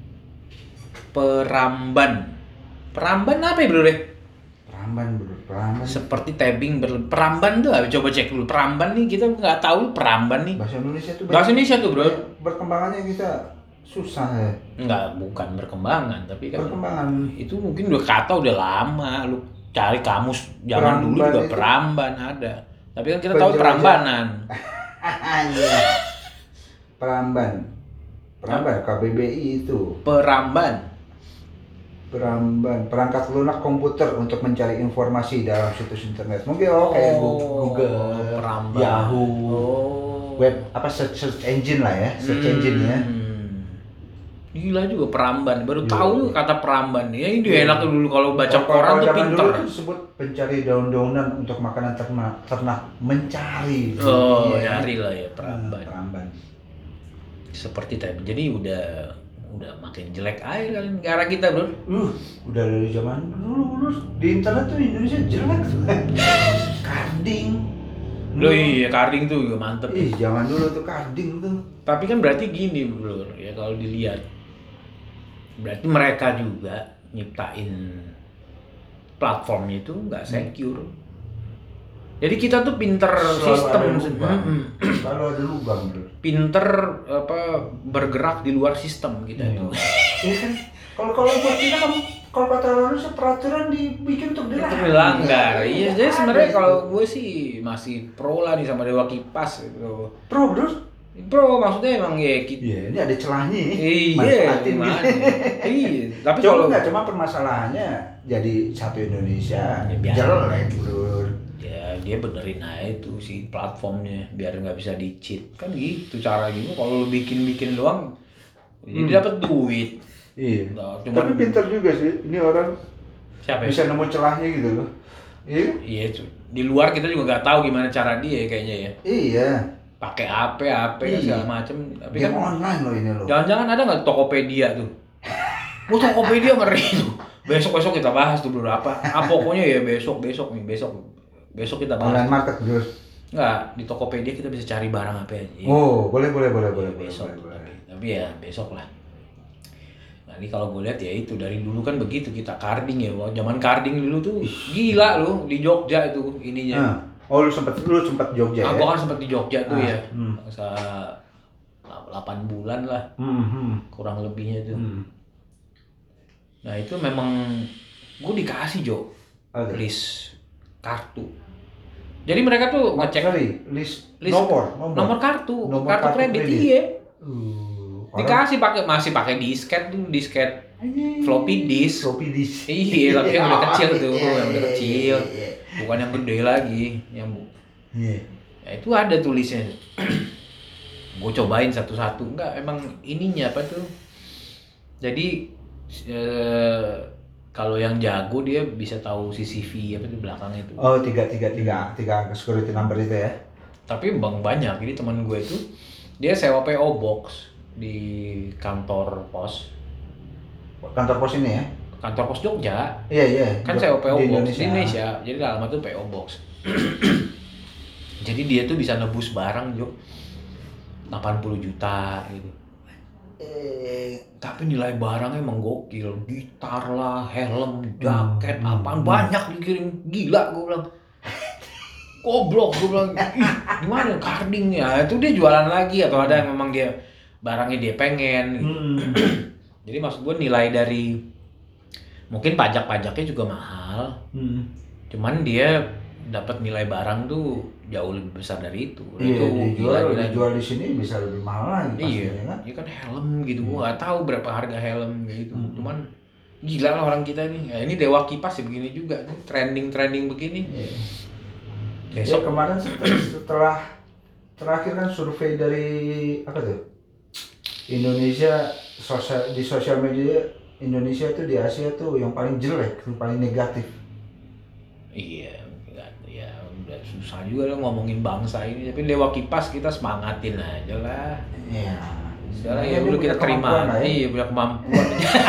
peramban. Peramban apa ya bro deh? Peramban bro, peramban. Seperti tabbing berle- peramban tuh, coba cek dulu peramban nih, kita nggak tahu peramban nih. Bahasa Indonesia tuh Bahasa Indonesia tuh bro. berkembangannya kita susah ya. Nggak, bukan berkembangan, tapi kan Perkembangan. itu mungkin udah kata udah lama. Lu cari kamus zaman dulu Peramban juga itu- peramban ada. Tapi kan kita tahu Penjelajah. perambanan. Iya. Peramban. Peramban K B B I itu. Peramban. Peramban, perangkat lunak komputer untuk mencari informasi dalam situs internet. Mungkin oh kayak Oh, Google, peramban. Yahoo, Oh. web apa search, search engine lah ya, search Hmm. engine ya. Gila juga peramban. Baru Iya. tahu juga kata peramban. Ya ini enak dulu kalau baca Kalau- koran kalau tuh zaman pinter. dulu itu disebut pencari daun-daunan untuk makanan ternak, ternak mencari. Oh, Iya. nyari lah ya peramban. Hmm, peramban. Seperti tadi. Jadi udah udah makin jelek aja kan negara kita, Bro. Uh, udah dari zaman dulu, dulu di internet tuh Indonesia jelek tuh. Karding. Loh iya, Karding tuh juga mantep. Ih, zaman dulu tuh Karding tuh. Tapi kan berarti gini, Bro, ya kalau dilihat berarti mereka juga nyiptain platformnya itu nggak secure. Jadi kita tuh pinter Selalu sistem, ada lubang. Mm-mm. Selalu ada lubang, Bro. Pinter apa bergerak di luar sistem kita Iya. itu. Iya kan? Kalau kalau buat kita kan kalau kata Indonesia peraturan dibikin untuk Itu dilanggar. dilanggar. Iya, jadi Ada sebenarnya itu. kalau gue sih masih pro lah nih sama Dewa Kipas gitu. Bro, Bro. Pro maksudnya emang ya kita. Iya, ini ada celahnya. Iya, Manfaatin gimana? gitu. Iya, tapi Cuma kalau nggak, cuma permasalahannya jadi satu Indonesia Ya, biar- jelek, Bro. ya dia benerin aja tuh si platformnya biar nggak bisa di cheat kan gitu cara gitu. Kalau lu bikin-bikin doang jadi Hmm. dapat duit. Iya. Nah, Tapi cuman pintar juga sih. Ini orang siapa ya? bisa nemu celahnya gitu loh. Iya. Iya, cu. Di luar kita juga nggak tahu gimana cara dia kayaknya ya. Iya. Pakai A P, A P Iya. segala macem. Tapi Game kan online loh ini loh. jangan-jangan ada nggak Tokopedia tuh? Oh, Tokopedia ngeri tuh. Besok-besok kita bahas tuh bro apa. Ah, pokoknya ya besok, besok nih, besok. Besok kita bahas. Online market, Bro. Nggak, di Tokopedia kita bisa cari barang apa aja. Oh, boleh boleh boleh boleh Iya, boleh, besok. boleh, boleh. Tapi, tapi ya besok lah. Nah, ini kalau gue lihat ya itu dari dulu kan begitu kita Karding ya. Wah, zaman Karding dulu tuh gila loh di Jogja itu ininya. Nah, oh lu sempat lu sempat Jogja Ah, ya? gua kan sempat di Jogja tuh Ah, ya. hmm. Masa delapan bulan lah Hmm, hmm, kurang lebihnya tuh. hmm. Nah, itu memang gue dikasih Jo Ada. list kartu. Jadi mereka tuh ngecek Sorry, list, list nomor, nomor kartu, Nomor kartu, kartu kredit, kredit. iya. Uh, orang- Dikasih pakai masih pakai disket tuh, disket Anjing. floppy disk. Floppy disk. Iya, tapi yang udah kecil tuh, Iya, yang udah iya, kecil. iya, iya. Bukan yang gede lagi, yang Iya. ya itu ada tulisnya. Gue cobain satu-satu, enggak emang ininya apa tuh. Jadi eh, kalau yang jago dia bisa tahu C C V apa tuh belakangnya itu. Oh, tiga tiga tiga tiga security number itu ya? Tapi bang banyak, jadi teman gue itu dia sewa P O box di kantor pos, Kantor pos ini ya? kantor pos Jogja. Iya iya. Kan sewa P O Di box di Indonesia, jadi alamat tuh P O box. Jadi dia tuh bisa nebus barang Jo delapan puluh juta gitu. Eh, Tapi nilai barangnya emang gokil, gitar lah, helm, jaket, Hmm. apaan banyak dikirim, gila gue bilang. Goblok gue bilang, ih gimana Karding ya, itu dia jualan lagi atau ada yang memang dia barangnya dia pengen gitu. hmm. Jadi maksud gue nilai dari mungkin pajak-pajaknya juga mahal, Hmm. cuman dia dapat nilai barang tuh jauh lebih besar dari itu. Iya, Itu dijual, gila-gila. dijual di sini bisa lebih mahal lagi Iya, pastinya kan? ini kan helm gitu, gua nggak tahu berapa harga helm gitu. Hmm. Cuman gila lah orang kita nih. Ya, ini Dewa Kipas ya begini juga, trending-trending begini. Iya. Besok Ya, kemarin setelah, setelah terakhir kan survei dari apa tuh? Indonesia sosial di sosial media Indonesia tuh di Asia tuh yang paling jelek, yang paling negatif. iya, enggak ya udah susah juga lah ngomongin bangsa ini. Tapi Dewa Kipas kita semangatin aja lah. Iya. Sekarang Sebenarnya ya dia dulu punya kita terima. kemampuan lah ya. Iya, punya kemampuan.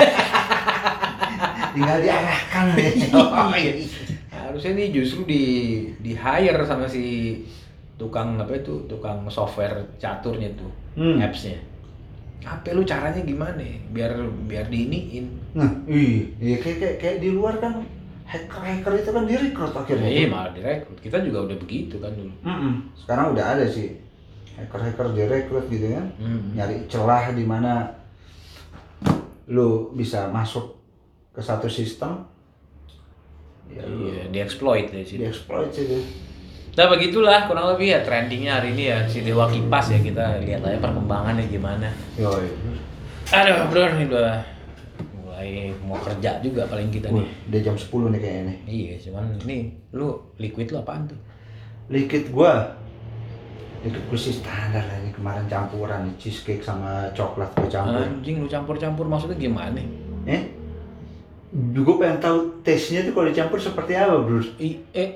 Tinggal diarahkan ya. Iya. Harusnya nih justru di di hire sama si tukang apa itu, tukang software caturnya tuh, Hmm. apps-nya. Apa lu caranya gimana ya? biar biar diiniin. Nah, iya, iya kayak, kayak kayak di luar kan hacker-hacker itu kan direkrut akhirnya. Iya, malah direkrut. Kita juga udah begitu kan dulu. Mm-mm. Sekarang udah ada sih hacker-hacker direkrut gitu kan, Hmm. nyari celah di mana lu bisa masuk ke satu sistem, ya lu Iya, dieksploit dari situ. dieksploit sih dia. Nah begitulah kurang lebih ya trendingnya hari ini ya si Dewa Kipas ya, kita lihat aja perkembangannya gimana. Yoi. Aduh bro, ini udah mulai mau kerja juga paling kita Wah, nih. udah jam sepuluh nih kayaknya nih. Iya, cuman ini lu liquid lu apaan tuh? Liquid gua, liquid gua sih standar lah ini, kemarin campuran nih, cheesecake sama coklat gua campur. Anjing lu campur-campur maksudnya gimana? Eh? Gue pengen tahu taste-nya tuh kalau dicampur seperti apa, bro? I, eh,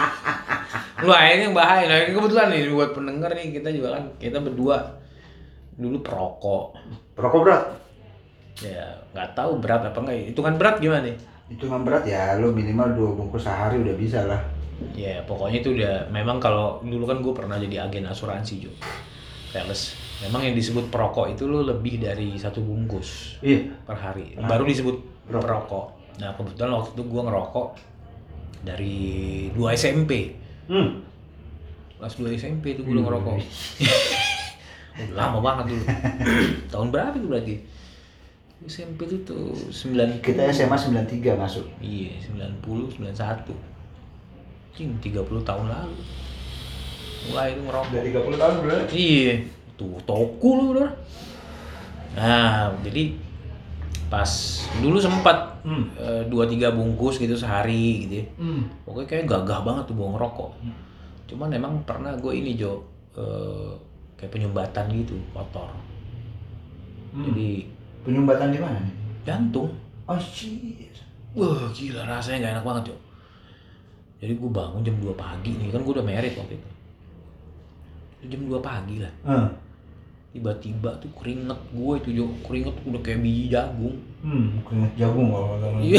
lu aja yang bahaya. Nah, ini kebetulan nih buat pendengar nih, kita juga kan kita berdua dulu perokok. Perokok berat? Ya nggak tahu berat apa enggak. Itu kan berat gimana nih? Itu kan berat ya, lo minimal dua bungkus sehari udah bisa lah. Ya pokoknya itu udah. Memang kalau dulu kan gue pernah jadi agen asuransi juga. Sales. Memang yang disebut perokok itu lo lebih dari satu bungkus Iya. per hari. Nah, Baru disebut perokok. perokok. Nah kebetulan waktu itu gue ngerokok dari dua S M P. Hmm. Kelas dua S M P itu gue udah ngerokok. Udah lama banget dulu. Tahun berapa itu berarti? S M P itu tuh sembilan puluh. Kita S M A sembilan tiga masuk. Iya, sembilan puluh, sembilan puluh satu. Cing, tiga puluh tahun lalu. Mulai itu ngerokok. Udah tiga puluh tahun bro. Iya, tuh toko lu bro. Nah, jadi pas dulu sempat Hmm. eh, dua tiga bungkus gitu sehari gitu ya. Hmm. Pokoknya kayak gagah banget tuh bawa ngerokok. Cuman emang pernah gue ini Jo, eh, kayak penyumbatan gitu, kotor. Hmm. Jadi Penyumbatan di mana nih? jantung. Oh shit. Wah gila rasanya gak enak banget Jo. Jadi gue bangun jam dua pagi nih, kan gue udah married waktu itu. Jam dua pagi lah. Hmm. Tiba-tiba tuh keringet gue itu Jo, keringet udah kayak biji jagung. Hmm, keringet jagung kalau kata. Iya.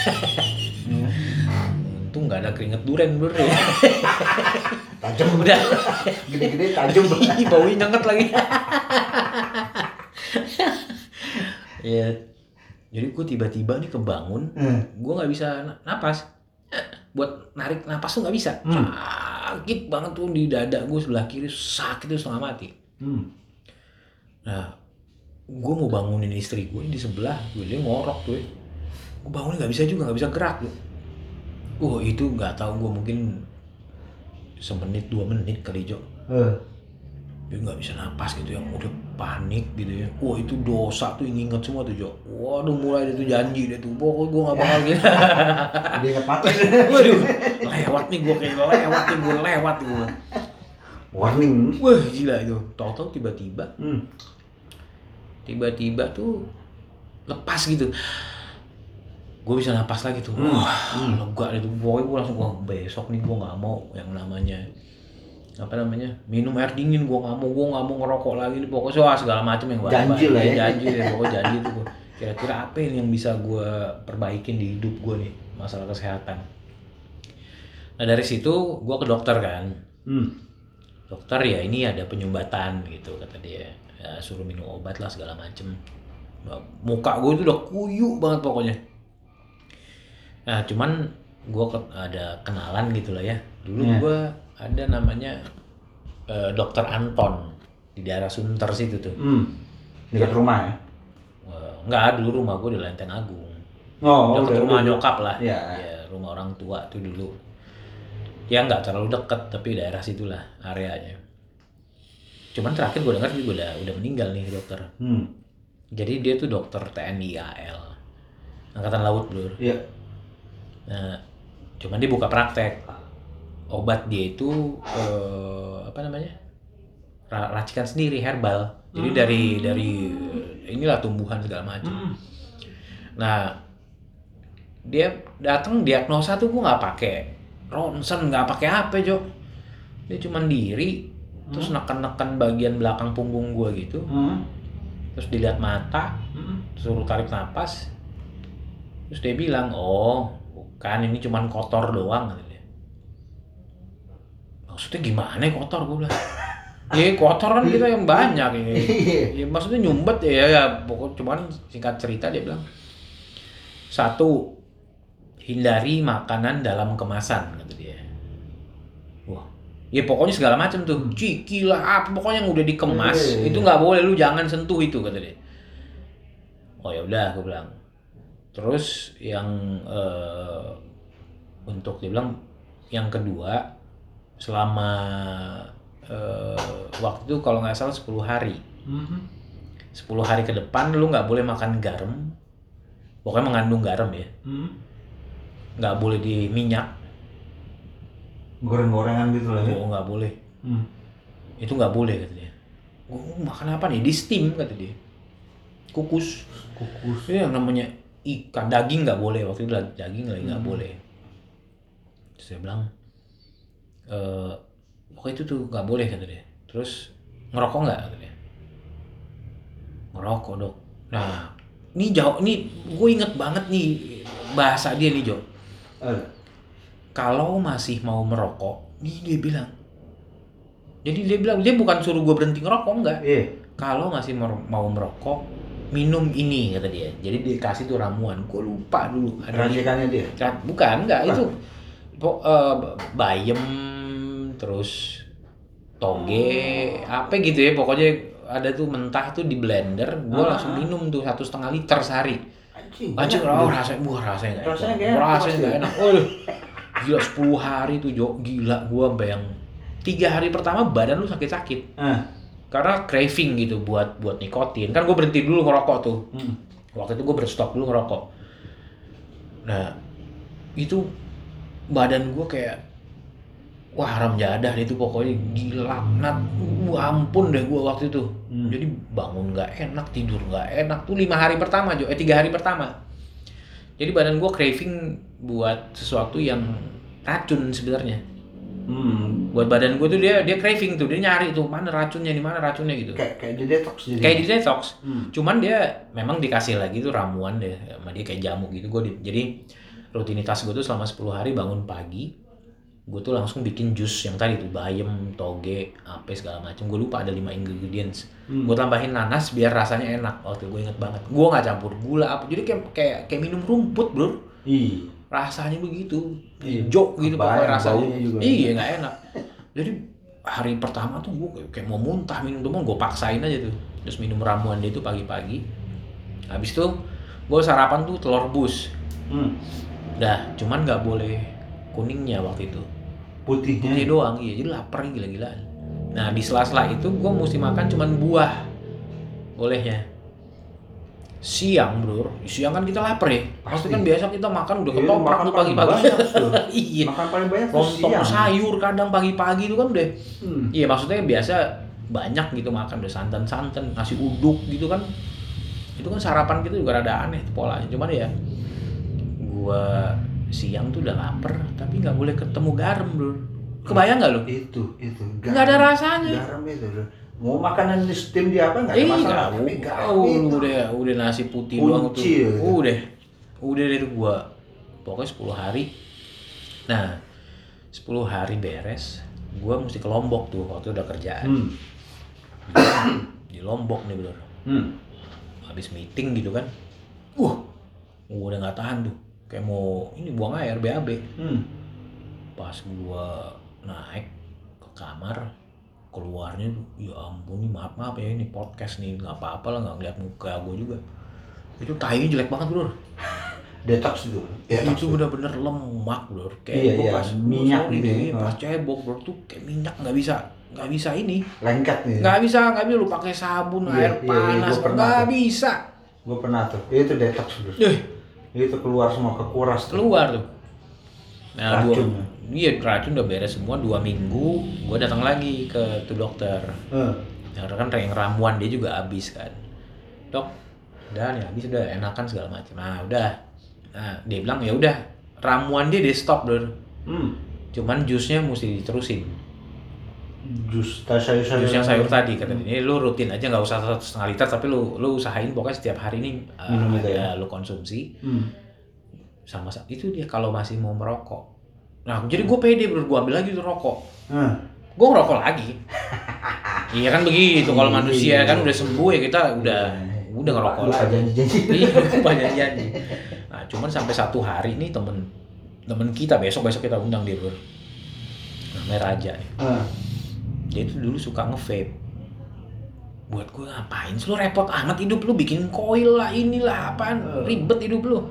Untung nggak ada keringet duren bro ya. Tajam Udah. Gede-gede tajam. Ih, baunya nyenget lagi. Iya. Jadi gue tiba-tiba nih kebangun, Hmm. gue nggak bisa na- napas. Buat narik napas tuh nggak bisa. Hmm. Sakit banget tuh di dada gue sebelah kiri, sakit tuh setengah mati. Hmm. Nah, gue mau bangunin istri gue di sebelah, gue dia ngorok tuh. Ya. Gue bangunin nggak bisa juga, nggak bisa gerak tuh. Wah itu nggak tahu gue mungkin semenit dua menit kali Jo. Uh. Dia nggak bisa napas gitu yang udah panik gitu ya. Wah itu dosa tuh inget semua tuh Jo. Waduh mulai dia tuh janji dia tuh. Pokoknya gue nggak bakal gitu. Dia ingat mati. Waduh lewat nih gue kayak lewat nih gue lewat gue. Warning. Wah gila itu. Tahu-tahu tiba-tiba, Hmm. tiba-tiba tuh lepas gitu. Gue bisa napas lagi tuh. Wah Hmm. lega itu. Pokoknya gue langsung wah besok nih gue nggak mau yang namanya apa namanya minum air dingin, gue nggak mau, gue nggak mau ngerokok lagi nih pokoknya wah, segala macam yang Janji lah ya. janji deh pokoknya janji tuh gue kira-kira apa ini yang bisa gue perbaikin di hidup gue nih masalah kesehatan. Nah dari situ gue ke dokter kan. Hmm. Dokter ya ini ada penyumbatan gitu kata dia, ya, suruh minum obat lah segala macem. Muka gue itu udah kuyu banget pokoknya. Nah cuman gue ada kenalan gitu lah ya dulu. Yeah. Gue ada namanya uh, dokter Anton di daerah Sunter situ tuh. Hmm. Dekat rumah ya? Uh, enggak, dulu rumah gue di Lenteng Agung. Oh, dekat udah, rumah udah. nyokap lah. Ya. Ya, rumah orang tua tuh dulu. Ya nggak terlalu dekat tapi daerah situlah areanya. Cuman terakhir gue dengar dia udah udah meninggal nih dokter. Hmm. Jadi dia tuh dokter T N I A L, Angkatan Laut bro. Iya. Nah, cuman dia buka praktek. Obat dia itu eh, apa namanya? Racikan sendiri, herbal. Jadi hmm. dari dari inilah tumbuhan segala macam. Hmm. Nah, dia datang diagnosa tuh gue nggak pakai ronsen, nggak pakai apa Jo. Dia cuman diri, hmm. terus neken-neken bagian belakang punggung gue gitu. Hmm. Terus dilihat mata, hmm. suruh tarik napas. Terus dia bilang, "Oh, bukan, ini cuman kotor doang." Maksudnya gimana kotor gue bilang? Ya kotor kan kita yang banyak ini. Ya, maksudnya nyumbet ya ya pokok cuman singkat cerita dia bilang satu, hindari makanan dalam kemasan kata dia. Wah, ya pokoknya segala macam tuh, ciki lah apa pokoknya yang udah dikemas itu nggak boleh, lu jangan sentuh itu kata dia. Oh ya udah gue bilang. Terus yang uh, untuk dia bilang yang kedua selama uh, waktu itu kalau nggak salah sepuluh hari. Mm-hmm. sepuluh hari ke depan lu nggak boleh makan garam. Pokoknya mengandung garam ya. Mm-hmm. Nggak boleh di minyak. Goreng-gorengan gitu lah ya. Oh nggak boleh. Mm. Itu nggak boleh katanya. Gue makan apa nih? Di steam kata dia. Kukus. Kukus. Itu yang namanya ikan, daging nggak boleh. Waktu itu daging lagi nggak mm. boleh. Terus saya bilang Uh, pokoknya itu tuh nggak boleh kata dia. Terus ngerokok nggak kata dia. ngerokok dok. Nah, ini jauh, nih gue inget banget nih bahasa dia nih Jo. Eh. Kalau masih mau merokok, nih dia bilang. Jadi dia bilang, dia bukan suruh gue berhenti ngerokok, enggak. Iya. Kalau masih mer- mau merokok, minum ini kata dia. Jadi dikasih tuh ramuan. Gue lupa dulu. Racikannya dia? Rat- Bukan, enggak Bukan. itu. Po- eh, bayem, terus toge, apa gitu ya. Pokoknya ada tuh mentah tuh di blender. Gue Ah, langsung ah. minum tuh satu setengah liter sehari. Anjing. Anjing, banyak, oh, Bro. rasanya, wah rasanya nggak Rasanya enak. nggak enak, Rasanya pasti. nggak enak. Oh, gila sepuluh hari tuh Jo, gila gue sampai yang tiga hari pertama badan lu sakit-sakit. Ah. Karena craving gitu buat buat nikotin. Kan gue berhenti dulu ngerokok tuh. Hmm. Waktu itu gue berstop dulu ngerokok. Nah, itu badan gue kayak wah haram jadah itu pokoknya gila laknat. Wah, ampun deh gue waktu itu. Hmm. Jadi bangun nggak enak, tidur nggak enak tuh lima hari pertama Jo, eh tiga hari pertama. Jadi badan gue craving buat sesuatu yang racun sebenarnya. Hmm. Buat badan gue tuh dia dia craving tuh, dia nyari tuh mana racunnya, di mana racunnya gitu. Kayak kayak di detox jadi. Kayak di detox. Hmm. Cuman dia memang dikasih lagi tuh ramuan deh sama dia kayak jamu gitu. Gue di- jadi rutinitas gue tuh selama sepuluh hari bangun pagi, gue tuh langsung bikin jus yang tadi tuh bayam, toge, apa segala macam. Gue lupa ada lima ingredients. Hmm. Gue tambahin nanas biar rasanya enak. Waktu gue inget banget. Gue nggak campur gula apa. Jadi kayak kayak kayak minum rumput bro. Ih. Rasanya begitu. Iya. Jok gitu pokoknya Kebayang, rasanya. baunya juga. Iya nggak enak. Jadi hari pertama tuh gue kayak, kayak mau muntah minum tuh, gue paksain aja tuh. Terus minum ramuan dia itu pagi-pagi. Habis itu gue sarapan tuh telur rebus. Hmm. Dah, cuman nggak boleh kuningnya waktu itu. Putihnya. Putih doang, iya. Jadi lapar gila-gilaan. Nah di sela-sela itu gue mesti makan cuman buah. Bolehnya. Siang bro, siang kan kita lapar ya. Pasti kan biasa kita makan udah Iya, ketoprak makan tuh paling pagi-pagi. banyak tuh. Iya. Makan paling banyak tuh Lontong siang. sayur kadang pagi-pagi itu kan udah. Hmm. Iya maksudnya biasa banyak gitu makan udah santan-santan, nasi uduk gitu kan. Itu kan sarapan kita juga rada aneh tuh polanya. Cuman ya gua siang tuh udah lapar tapi nggak boleh ketemu garam bro. Kebayang nggak lu? Itu itu. Nggak ada rasanya. Garam itu bro. Mau makanan di steam di apa nggak ada Iya, masalah. Tapi garam oh, itu. udah udah nasi putih doang tuh. Kunci ya. Udah. Udah deh tuh gua. Pokoknya sepuluh hari. Nah, sepuluh hari beres, gua mesti ke Lombok tuh waktu udah kerjaan. Hmm. Di Lombok nih bro. Hmm. Habis meeting gitu kan. Uh, gua udah nggak tahan tuh. Kayak mau ini buang air B A B. Hmm. Pas gua naik ke kamar, keluarnya tuh, ya ampun nih maaf maaf ya ini podcast nih nggak apa-apa lah nggak ngeliat muka gue juga. Itu tainya jelek banget bro. Detox itu. Itu bener-bener lemak bro. Kayak Iya, gua iya, pas minyak sorry gitu deh, ya. pas cebok bro tuh kayak minyak nggak bisa nggak bisa ini Lengket nih. nggak bisa nggak bisa lu pakai sabun Iya, air iya, iya, panas gua pernah nggak tuh. bisa. Gue pernah tuh. Itu detox bro. Eh, Itu keluar semua kekuras tuh. keluar tuh. Nah, Racun. dua, iya racun udah beres semua dua minggu. Gue datang lagi ke tuh dokter. Eh. Karena kan yang ramuan dia juga habis kan. Dok, udah nih habis udah enakan segala macam. Nah udah. Nah dia bilang ya udah ramuan dia di stop bro. Hmm. Cuman jusnya mesti diterusin. Jus sayur-sayur. Jus yang sayur tadi katanya. Ini lu rutin aja nggak usah satu setengah liter tapi lu lu usahain pokoknya setiap hari ini uh, Minum itu ya? lu konsumsi. Hmm. Sama itu dia kalau masih mau merokok. Nah jadi gue pede bro, gue ambil lagi tuh rokok. Hmm. Gue ngerokok lagi. Iya kan begitu kalau manusia kan udah sembuh ya kita udah udah ngerokok Lupa lagi. janji-janji. Iya lupa janji. Nah cuman sampai satu hari nih temen temen kita besok besok kita undang dia bro. Namanya Raja nih. Hmm. Dia itu dulu suka nge-vape. Buat gue ngapain sih lu repot amat hidup lu bikin koil lah inilah apaan ribet hidup lu.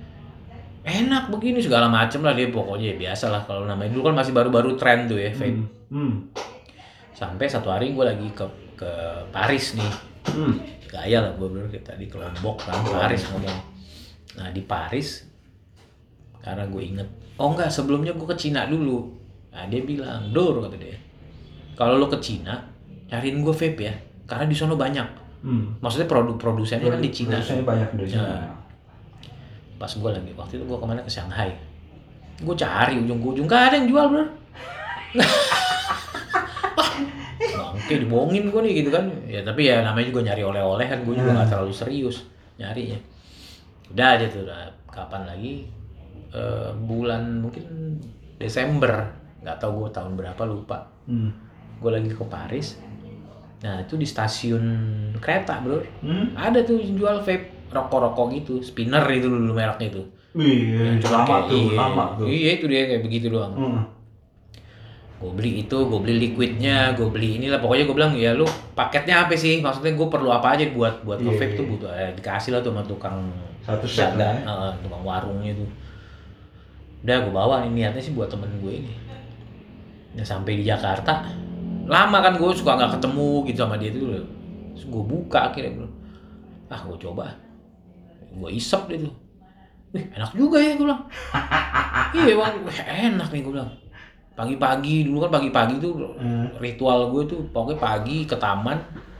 Enak begini segala macem lah dia pokoknya biasa lah kalau namanya dulu kan masih baru-baru tren tuh ya vape. Hmm. Hmm. Sampai satu hari gue lagi ke ke Paris nih. Hmm. Gaya lah gue bener tadi ke Lombok kan Paris ngomong. Nah di Paris karena gue inget oh enggak sebelumnya gue ke Cina dulu. Nah dia bilang Dor kata dia kalau lo ke Cina cariin gue vape ya karena di sana banyak. Hmm. Maksudnya produk produsennya kan di Cina. Produsennya banyak dari Cina. Nah, pas gue lagi waktu itu gue kemana ke Shanghai. Gue cari ujung ke ujung gak ada yang jual bro. Bangke kayak dibohongin gue nih gitu kan. Ya tapi ya namanya juga nyari oleh-oleh kan, gue juga nggak terlalu serius nyarinya. Udah aja tuh, udah kapan lagi uh, bulan mungkin Desember, nggak tahu gue tahun berapa lupa. Hmm. Gue lagi ke Paris. Nah itu di stasiun kereta bro, hmm? ada tuh jual vape, rokok-rokok gitu, spinner itu dulu mereknya itu. Iya, lama tuh, iya, lama tuh. Iya itu dia kayak begitu doang. Hmm. Gue beli itu, gue beli liquidnya, gue beli inilah, pokoknya gue bilang ya lu paketnya apa sih? Maksudnya gue perlu apa aja buat buat yeah. nge-vape tuh butuh, eh, dikasih lah tuh sama tukang satu set lah, uh, tukang warungnya tuh. Udah gue bawa nih, niatnya sih buat temen gue ini. Nah sampai di Jakarta, lama kan gue suka nggak ketemu gitu sama dia tuh. Terus gue buka akhirnya bro, ah gue coba, gue isep deh tuh. Wih enak juga ya gue bilang. Iya bang, enak nih gue bilang. Pagi-pagi dulu kan pagi-pagi tuh hmm. ritual gue tuh pokoknya pagi ke taman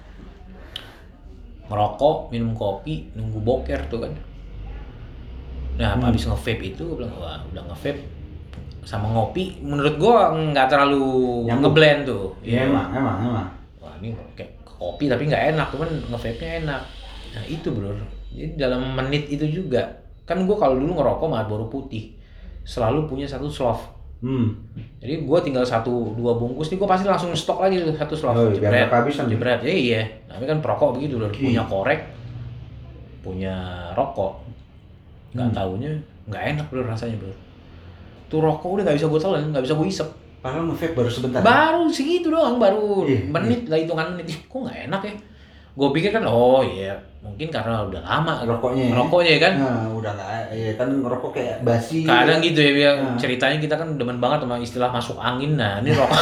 merokok, minum kopi, nunggu boker tuh kan. Nah hmm. habis nge-vape itu gue bilang wah udah nge-vape sama ngopi menurut gue nggak terlalu ngeblend tuh. Iya ya, emang emang emang. Wah ini kayak kopi tapi nggak enak, cuman nge-vape-nya enak. Nah itu bro, jadi dalam menit itu juga kan gue kalau dulu ngerokok Marlboro putih selalu punya satu slof. Hmm. Jadi gue tinggal satu dua bungkus nih gue pasti langsung stok lagi tuh satu slof. Oh, jebret, jebret. Ya iya. Tapi kan perokok begitu loh, punya korek, punya rokok. Nggak hmm. taunya nggak enak bro rasanya bro. Tuh rokok udah nggak bisa gue telan, nggak bisa gue isep. Padahal nge-vape baru sebentar. Baru segitu doang, baru yeah, menit yeah. lah hitungan menit. Kok nggak enak ya? Gue pikir kan oh iya mungkin karena udah lama rokoknya, rokoknya kan. Nah, udah nggak, ya kan ngerokok kayak basi. Kadang gitu ya, biar nah. ceritanya kita kan demen banget sama istilah masuk angin. Nah ini rokok.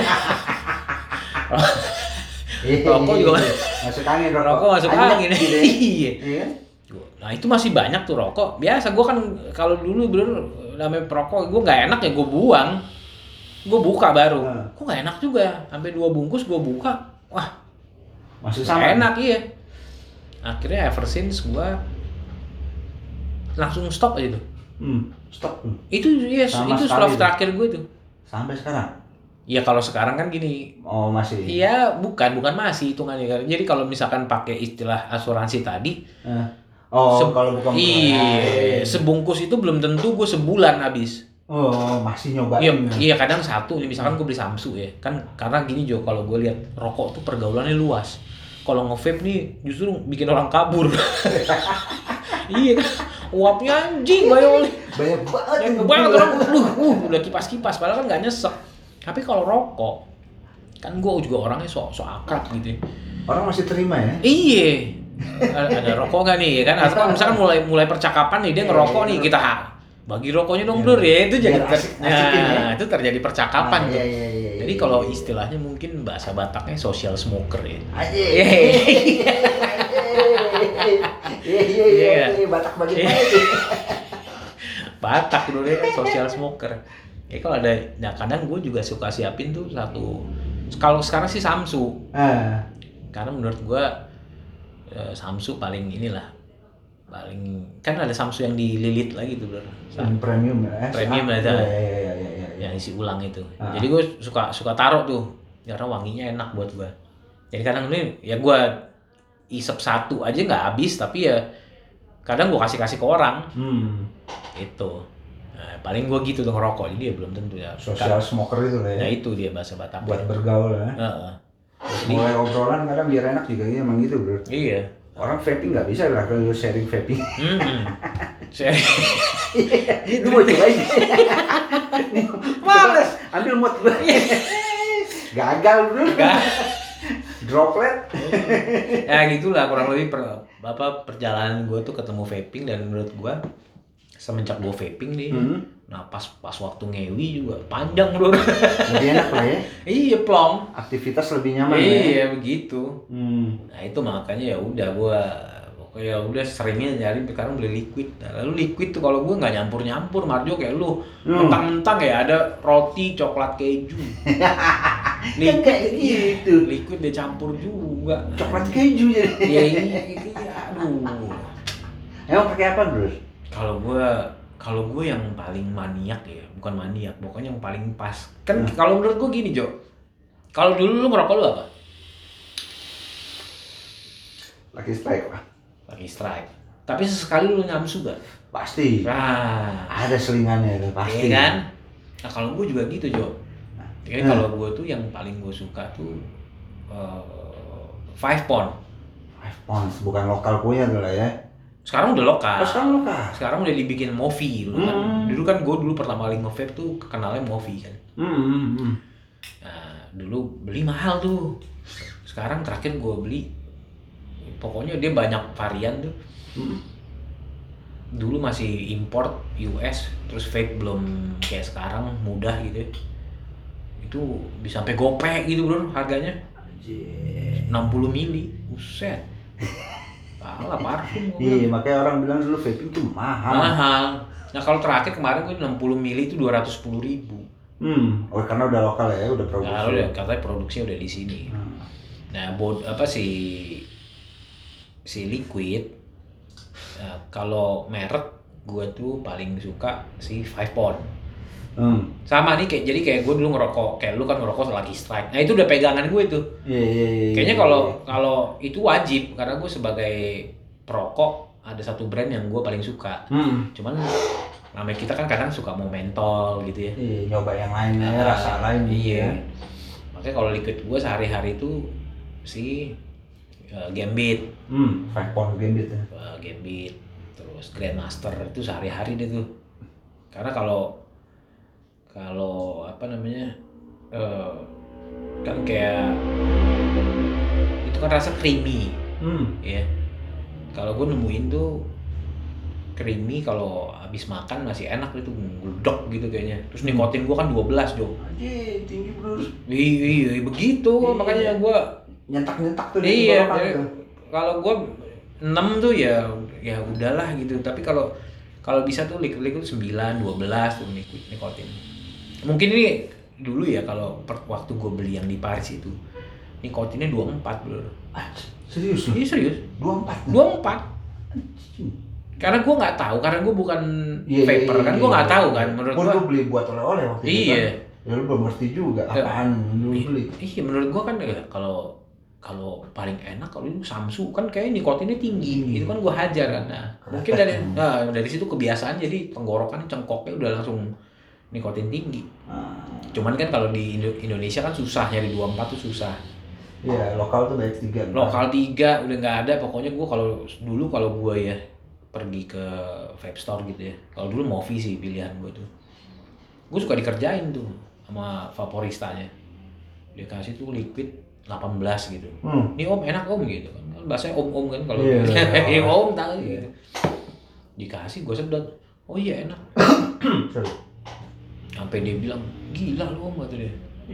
Rokok juga masuk angin, rokok, rokok masuk angin. Gitu ya? Iya. Nah itu masih banyak tuh rokok. Biasa gue kan kalau dulu bener namanya perokok gue nggak enak ya gue buang. Gue buka baru. Nah. Kok nggak enak juga. Sampai dua bungkus gue buka. Wah. Masih sama. Enak iya. Akhirnya ever since gue langsung stop aja tuh. Hmm, stop. Itu yes, itu slof terakhir gue tuh. Sampai sekarang. Iya kalau sekarang kan gini. Oh masih. Iya bukan bukan masih hitungannya. Jadi kalau misalkan pakai istilah asuransi tadi. Eh. Oh se- kalau bukan. Iya. Sebungkus itu belum tentu gue sebulan habis. Oh masih nyobain. Iya, iya kadang satu nih misalkan gue beli Samsu ya kan karena gini Jo kalau gue lihat rokok tuh pergaulannya luas. Kalau nge-vape nih justru bikin orang kabur. Iya kan, uapnya anjing banyak banyak banget. Banyak banget orang, uh, uh, udah kipas-kipas, padahal kan nggak nyesek. Tapi kalau rokok, kan gue juga orangnya sok sok akrab gitu. Orang masih terima ya? Iya. Ada, ada rokok nggak nih, ya kan? Atau misalkan mulai mulai percakapan nih dia ngerokok nih kita bagi rokoknya dong bro ya itu jadi ter, asik, nah, ya. Itu terjadi percakapan ah, tuh. Iya, iya, iya, jadi iya, kalau istilahnya mungkin bahasa Bataknya social smoker ya. Aja. Iya iya iya Batak bagaimana sih? Batak dulu ya social smoker. Ya kalau ada, nah kadang gue juga suka siapin tuh satu. Kalau sekarang sih Samsu. Ah. Karena menurut gue Samsu paling inilah. Paling kan ada Samsu yang dililit lagi tuh bro. Yang premium ya. Premium ada. Ya, ya, ya, ya, ya. Yang isi ulang itu. Ah. Jadi gue suka suka taruh tuh karena wanginya enak buat gue. Jadi kadang ini ya gue isep satu aja nggak habis tapi ya kadang gue kasih kasih ke orang. Hmm. Itu. Nah, paling gue gitu tuh ngerokok. Jadi ya belum tentu ya. Social smoker itu lah ya. Nah itu dia bahasa Batak. Buat bergaul ya. Uh-uh. Mulai obrolan kadang biar enak juga ya emang gitu bro. Iya. Orang vaping nggak bisa lah kalau sharing vaping. Hmm. Sharing. Itu mau cobain. Males. Ambil mood gue. Gagal bro. Droplet. Ya gitulah kurang lebih per, apa perjalanan gue tuh ketemu vaping dan menurut gue semenjak gue vaping nih. Hmm. Nah pas pas waktu ngewi juga panjang bro. Lebih enak lah ya. Iya plong. Aktivitas lebih nyaman. Iya ya? begitu. Hmm. Nah itu makanya ya udah gue pokoknya udah seringnya nyari sekarang beli liquid. Nah, lalu liquid tuh kalau gue nggak nyampur nyampur Marjo kayak lu hmm. mentang-mentang ya ada roti coklat keju. Liquid kayak gitu. Liquid dia campur juga. Coklat keju jadi. Iya iya aduh. Emang pakai apa bro? Kalau gue kalau gue yang paling maniak ya, bukan maniak, pokoknya yang paling pas. Kan hmm. kalau menurut gue gini, Jo. Kalau dulu lu ngerokok lu apa? Lucky Strike lah. Lucky Strike. Tapi sesekali lu nyamsu gak? Pasti. Nah, Ada selingannya itu pasti. iya kan? Nah kalau gue juga gitu Jo. Jadi Nah. kalau gue tuh yang paling gue suka tuh uh, Five Pound. Five Pounds bukan lokal punya tuh lah ya. Sekarang udah lokal. Oh, sekarang lokal. Sekarang udah dibikin Movi dulu kan. Hmm. Dulu kan gue dulu pertama kali nge-vape tuh kenalnya Movi kan. Hmm, hmm, hmm. Nah, dulu beli mahal tuh. Sekarang terakhir gue beli pokoknya dia banyak varian tuh. Hmm. Dulu masih import U S, terus vape belum kayak sekarang mudah gitu. Itu bisa sampai gopek gitu bro harganya. Anjir. enam puluh mili. Buset. Kalah parfum. Iya, makanya orang bilang dulu vaping tuh mahal. Mahal. Nah kalau terakhir kemarin gue enam puluh mili itu dua ratus sepuluh ribu. Hmm, oh karena udah lokal ya, udah produksi. Nah, udah katanya produksinya udah di sini. Hmm. Nah, bod apa si si liquid. Nah, kalau merek gue tuh paling suka si Five Pound. Hmm. Sama nih kayak jadi kayak gue dulu ngerokok, kayak lu kan ngerokok Lucky Strike. Nah, itu udah pegangan gue tuh. Iya, iya, iya. Kayaknya iya, kalau iya. kalau itu wajib karena gue sebagai perokok ada satu brand yang gue paling suka. Hmm. Cuman namanya kita kan kadang suka mau mentol gitu ya. Iya, nyoba yang lainnya, Nah, rasa lain iya. ya. Makanya kalau liquid gue sehari-hari itu si uh, Gambit, Hmm, Five Pound Gambit ya. uh, Gambit, terus Grandmaster itu sehari-hari deh tuh. Karena kalau kalau apa namanya uh, kan kayak itu kan rasa creamy, Hmm. ya. Kalau gue nemuin tuh creamy kalau habis makan masih enak itu gledok gitu kayaknya. Terus nikotin gue kan dua belas Jo. Anjir, tinggi bro. Iya, iya begitu Iya. makanya gue Nyentak-nyentak tuh iya. di tenggorokan Jadi, tuh. kalau gue enam tuh ya ya udahlah gitu. Tapi kalau kalau bisa tuh liquid-liquid sembilan, dua belas tuh nik- nikotin. Mungkin ini dulu ya kalau per- waktu gue beli yang di Paris itu nikotinnya dua puluh empat bro. Anjir, serius lu? Iya serius. dua puluh empat. dua puluh empat. Karena gue nggak tahu, karena gue bukan Iya, vapor iya, kan, iya, gue nggak iya. tahu kan. Menurut Pun gue, lu beli buat oleh-oleh waktu itu iya. kan. Ya lu belum ngerti juga apaan lu beli. Iya, menurut gue kan ya kalau kalau paling enak kalau itu Samsu kan kayak nikotinnya tinggi, Hmm. itu kan gue hajar kan. Nah, mungkin Kerasa. dari nah, dari situ kebiasaan jadi tenggorokan cengkoknya udah langsung nikotin tinggi. Ah, Cuman kan kalau di Indo- Indonesia kan susah nyari dua puluh empat tuh susah. Iya, lokal tuh banyak tiga. Lokal tiga udah nggak ada. Pokoknya gue kalau dulu kalau gue ya pergi ke vape store gitu ya. Kalau dulu Movi sih pilihan gue tuh. Gue suka dikerjain tuh sama vaporistanya. Dia kasih tuh liquid delapan belas gitu. Hmm. Ini om enak om gitu kan. Bahasanya om-om kan kalau Iya, gitu. iya. Ini om tahu gitu. Dikasih gue sedot. Oh iya enak. Sorry. Sampai dia bilang, "Gila lu om," kata dia.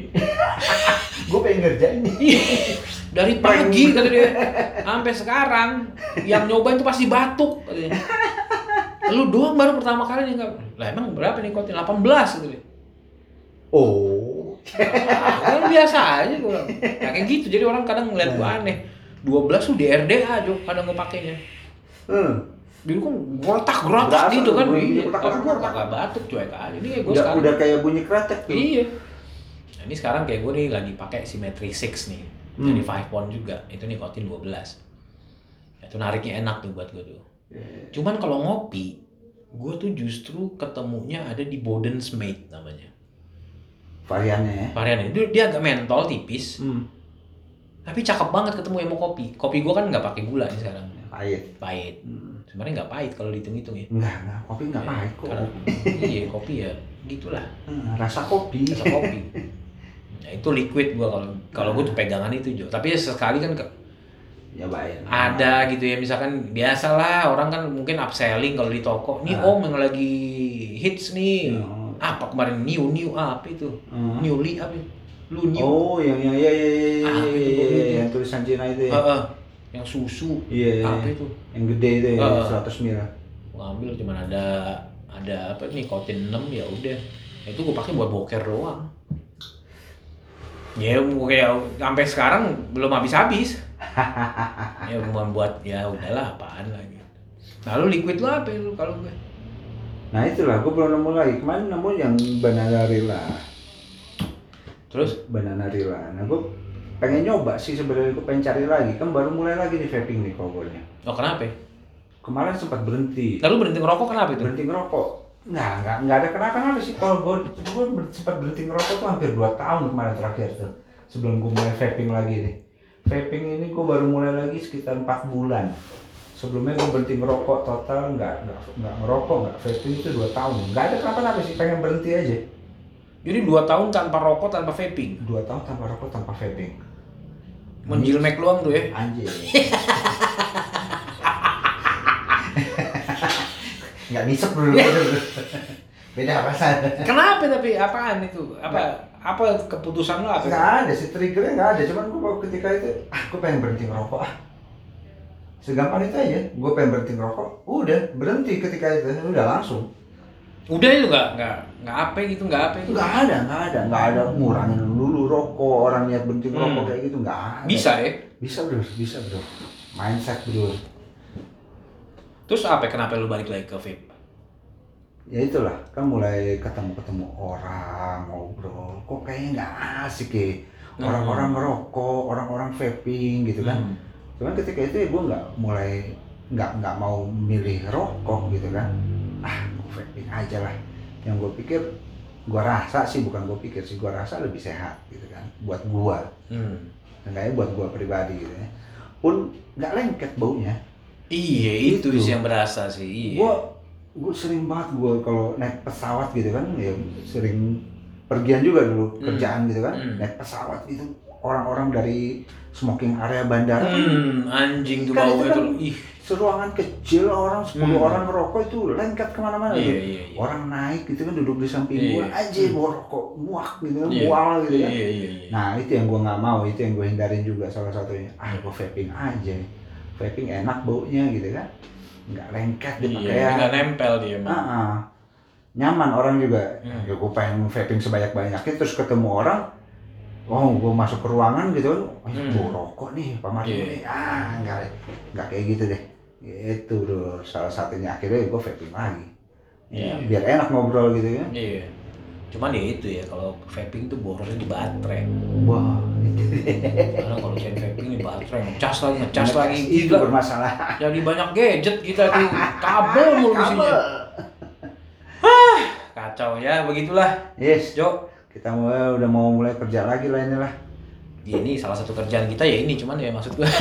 Gue pengen ngerjain nih. Dari pagi kata dia sampai sekarang yang nyobain tuh pasti batuk katanya. Lu doang baru pertama kali nih enggak. Lah emang berapa nikotin? delapan belas gitu dia. Oh. Ah, kan biasa aja gua. Nah, kayak gitu. Jadi orang kadang ngeliat gua aneh. dua belas tuh D R D A Jo kadang gua pakainya. Hmm. Dulu kan grotak-grotak Berasa gitu kan. bunyi Iya. grotak-grotak. Tapi gua kagak batuk cuek aja. Ini kayak gua Udah, sekarang. udah kayak bunyi kretek tuh. Iya. Nah, ini sekarang kayak gue nih lagi pakai Symmetry enam nih. Hmm. Dari Five Pound juga. Itu nikotin dua belas. Itu nariknya enak tuh buat gue tuh. Yeah. Cuman kalau ngopi, gue tuh justru ketemunya ada di Boden's Mate namanya. Variannya ya. Variannya itu dia agak mentol tipis, Hmm. tapi cakep banget ketemu yang mau kopi. Kopi gue kan nggak pakai gula nih sekarang, Pahit. pahit. Hmm. Sebenarnya nggak pahit kalau dihitung-hitung ya. Enggak, enggak. Kopi enggak Ya, pahit kok. karena- iya kopi ya, gitulah. Hmm, rasa kopi. Rasa kopi. Nah, itu liquid gue kalau kalau gue tuh pegangan itu Jo. Tapi ya sekali kan ke, Ya baik. ada gitu ya misalkan biasalah orang kan mungkin upselling kalau di toko. Nih Ah. om yang lagi hits nih. Hmm. Apa kemarin new new apa itu? Hmm. Newly apa? Lu new. Oh, yang yang ya ya ya ya, Ah, ya, itu ya, kopi ya, itu. yang tulisan Cina itu ya. Heeh. Yang susu. Iya. Apa itu? Yang gede itu ya, Ah. seratus mil. Gua ambil cuman ada ada apa nih nikotin enam ya udah. Itu gua pakai buat boker doang. Ya kayak sampai sekarang belum habis-habis. Ya cuma buat ya udahlah apaan lagi. Lalu liquid lu apa lu kalau gue? Nah itulah, gue belum nemu lagi. Kemarin nemu yang banana rila. Terus Banana rila. Nah gue pengen nyoba sih sebenarnya, gue pengen cari lagi, kan baru mulai lagi nih vaping nih kalau gue nih. Oh kenapa? Kemarin sempat berhenti. Lalu berhenti ngerokok kenapa itu? Berhenti ngerokok. Nggak, nggak, nggak ada kenapa-napa sih. Kalau gue, gue sempat berhenti ngerokok tuh hampir dua tahun kemarin terakhir tuh. Sebelum gue mulai vaping lagi nih. Vaping ini gue baru mulai lagi sekitar empat bulan. Sebelumnya gue berhenti ngerokok total, nggak, nggak, nggak ngerokok, nggak vaping itu dua tahun. Nggak ada kenapa-napa sih, pengen berhenti aja. Jadi dua tahun tanpa rokok, tanpa vaping? Dua tahun tanpa rokok, tanpa vaping. Menjilmek doang tuh ya? Anjir. Nggak nisep dulu. Beda rasanya. Kenapa tapi? Apaan itu? Apa apa keputusan lo apa? Nggak ada sih, triggernya nggak ada. Cuman gue ketika itu, ah gue pengen berhenti ngerokok ah. Segampang itu aja, gue pengen berhenti ngerokok. Udah, berhenti ketika itu. Udah langsung. Udah itu nggak nggak nggak apa gitu, nggak apa itu? Nggak ada, nggak ada, nggak ada ngurangin dulu rokok, orang niat berhenti ngerokok Hmm. kayak gitu, nggak ada. Bisa ya? Bisa bro, bisa bro. Mindset bro. Terus apa? Kenapa lu balik lagi ke vape? Ya itulah, kan mulai ketemu-ketemu orang, ngobrol, kok kayaknya nggak asik ya. Orang-orang Hmm. ngerokok, orang-orang vaping gitu kan. Hmm. Cuman ketika itu ya gue nggak mulai, nggak nggak mau milih rokok gitu kan. Ah, gue vaping aja lah. Yang gue pikir, gue rasa sih, bukan gue pikir sih, gue rasa lebih sehat gitu kan. Buat gue, Hmm. dan kayaknya buat gue pribadi gitu ya. Pun nggak lengket baunya. Iya itu, Itu. sih yang berasa sih. Iya. Gue gue sering banget gue kalau naik pesawat gitu kan, ya sering pergian juga dulu Hmm. kerjaan gitu kan, Hmm. naik pesawat itu orang-orang dari smoking area bandara kan, Hmm, anjing tuh kan itu baunya kan tuh. Ih. seruangan kecil orang sepuluh Hmm. orang ngerokok itu lengket kemana-mana Iya, tuh. iya, iya. Orang naik gitu kan, duduk di samping Iya. gua aja bawa rokok muak gitu kan, Iya. mual gitu kan. Iya, iya, iya. Nah itu yang gua nggak mau, itu yang gua hindarin juga salah satunya. Ah gua vaping aja, vaping enak baunya gitu kan, nggak lengket di Iya, pakaian. nggak nempel dia Ah, emang. ah. Nyaman orang juga. Hmm. Ya gue pengen vaping sebanyak-banyaknya, terus ketemu orang, oh gue masuk ke ruangan gitu kan, oh, Hmm. gue rokok nih Pak Martin Iya. nih, ah nggak nggak kayak gitu deh. Itu bro, salah satunya akhirnya gue vaping lagi. Ya, Iya. biar enak ngobrol gitu ya. Iya. Cuman ya itu ya, kalau vaping tuh borosnya di baterai. Wah, Karena kalau chain vaping di baterai, ngecas lagi, ngecas lagi. itu Gila. bermasalah. Jadi banyak gadget kita tuh, kabel mulu isinya. Kabel. Kacau ya, begitulah. Yes, Jo, kita mau udah mau mulai kerja lagi lah inilah. ya ini salah satu kerjaan kita ya ini, cuman ya maksud gue.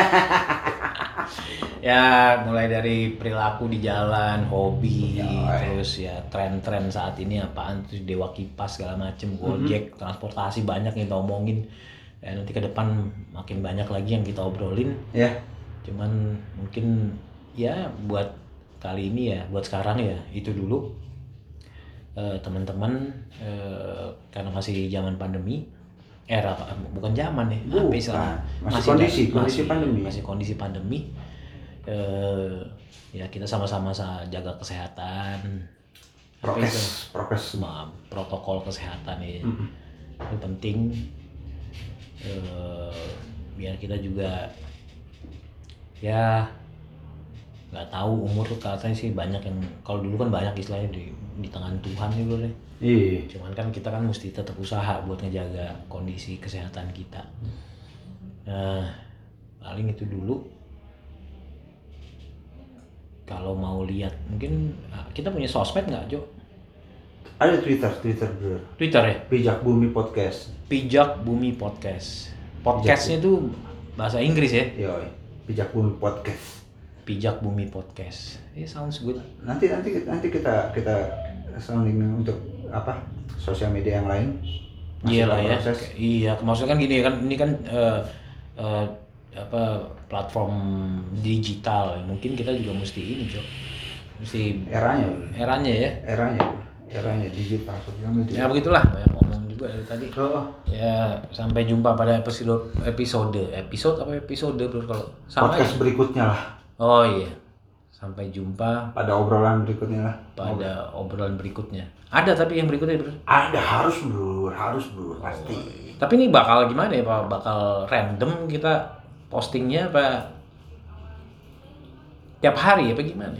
Ya mulai dari perilaku di jalan, hobi, Yoi. terus ya tren-tren saat ini apaan tuh Dewa Kipas segala macem, Gojek, transportasi banyak yang kita omongin. Ya, nanti ke depan makin banyak lagi yang kita obrolin. Ya, Cuman mungkin ya buat kali ini ya, buat sekarang ya itu dulu. Eh, teman-teman eh, karena masih zaman pandemi, era bukan zaman ya, apa Bukan. istilahnya? Masih kondisi, masih, kondisi pandemi. masih kondisi pandemi. Eh, ya kita sama-sama sa- jaga kesehatan, apa itu? prokes, prokes. Sama protokol kesehatan ya. Mm-mm. Itu penting eh, biar kita juga ya nggak tahu umur tuh katanya sih banyak yang, kalau dulu kan banyak istilahnya di di tangan Tuhan nih bro deh. Iya. Cuman kan kita kan mesti tetap usaha buat ngejaga kondisi kesehatan kita. Nah, paling itu dulu. Kalau mau lihat, mungkin ah, kita punya sosmed nggak, Jo? Ada Twitter, Twitter bro. Twitter ya? Pijak Bumi Podcast. Pijak Bumi Podcast. Podcastnya tuh bahasa Inggris ya? Yoi, Pijak Bumi Podcast. Pijak Bumi Podcast. Yeah, sounds good. Nanti nanti nanti kita kita sounding untuk apa sosial media yang lain. Masih Iya lah ya. proses. Iya, maksudnya kan gini kan, ini kan eh, eh, apa platform digital. Mungkin kita juga mesti ini, Jo. Mesti Eranya, eranya ya. eranya, eranya digital sosial media. Ya begitulah, banyak ngomong juga dari tadi. Oh, Ya, sampai jumpa pada episode episode episode apa episode bro kalau sama podcast ya? berikutnya lah. Oh iya. Sampai jumpa Pada obrolan berikutnya lah. pada obrolan berikutnya. Ada tapi yang berikutnya bro. Ada, harus bro, harus bro, pasti. Tapi ini bakal gimana ya Pak? Bakal random kita postingnya apa tiap hari apa gimana?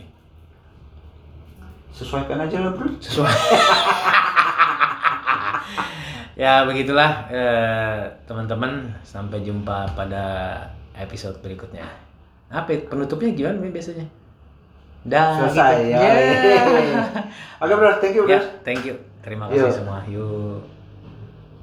Sesuaikan aja lah bro. Sesuai. Ya begitulah eh, teman-teman, sampai jumpa pada episode berikutnya. Apa penutupnya gimana Mi, biasanya? Dah Selesai gitu. ya. Yeah. Oke bro, thank you bro. Ya, thank you. Terima kasih Yuk. semua. Yuk.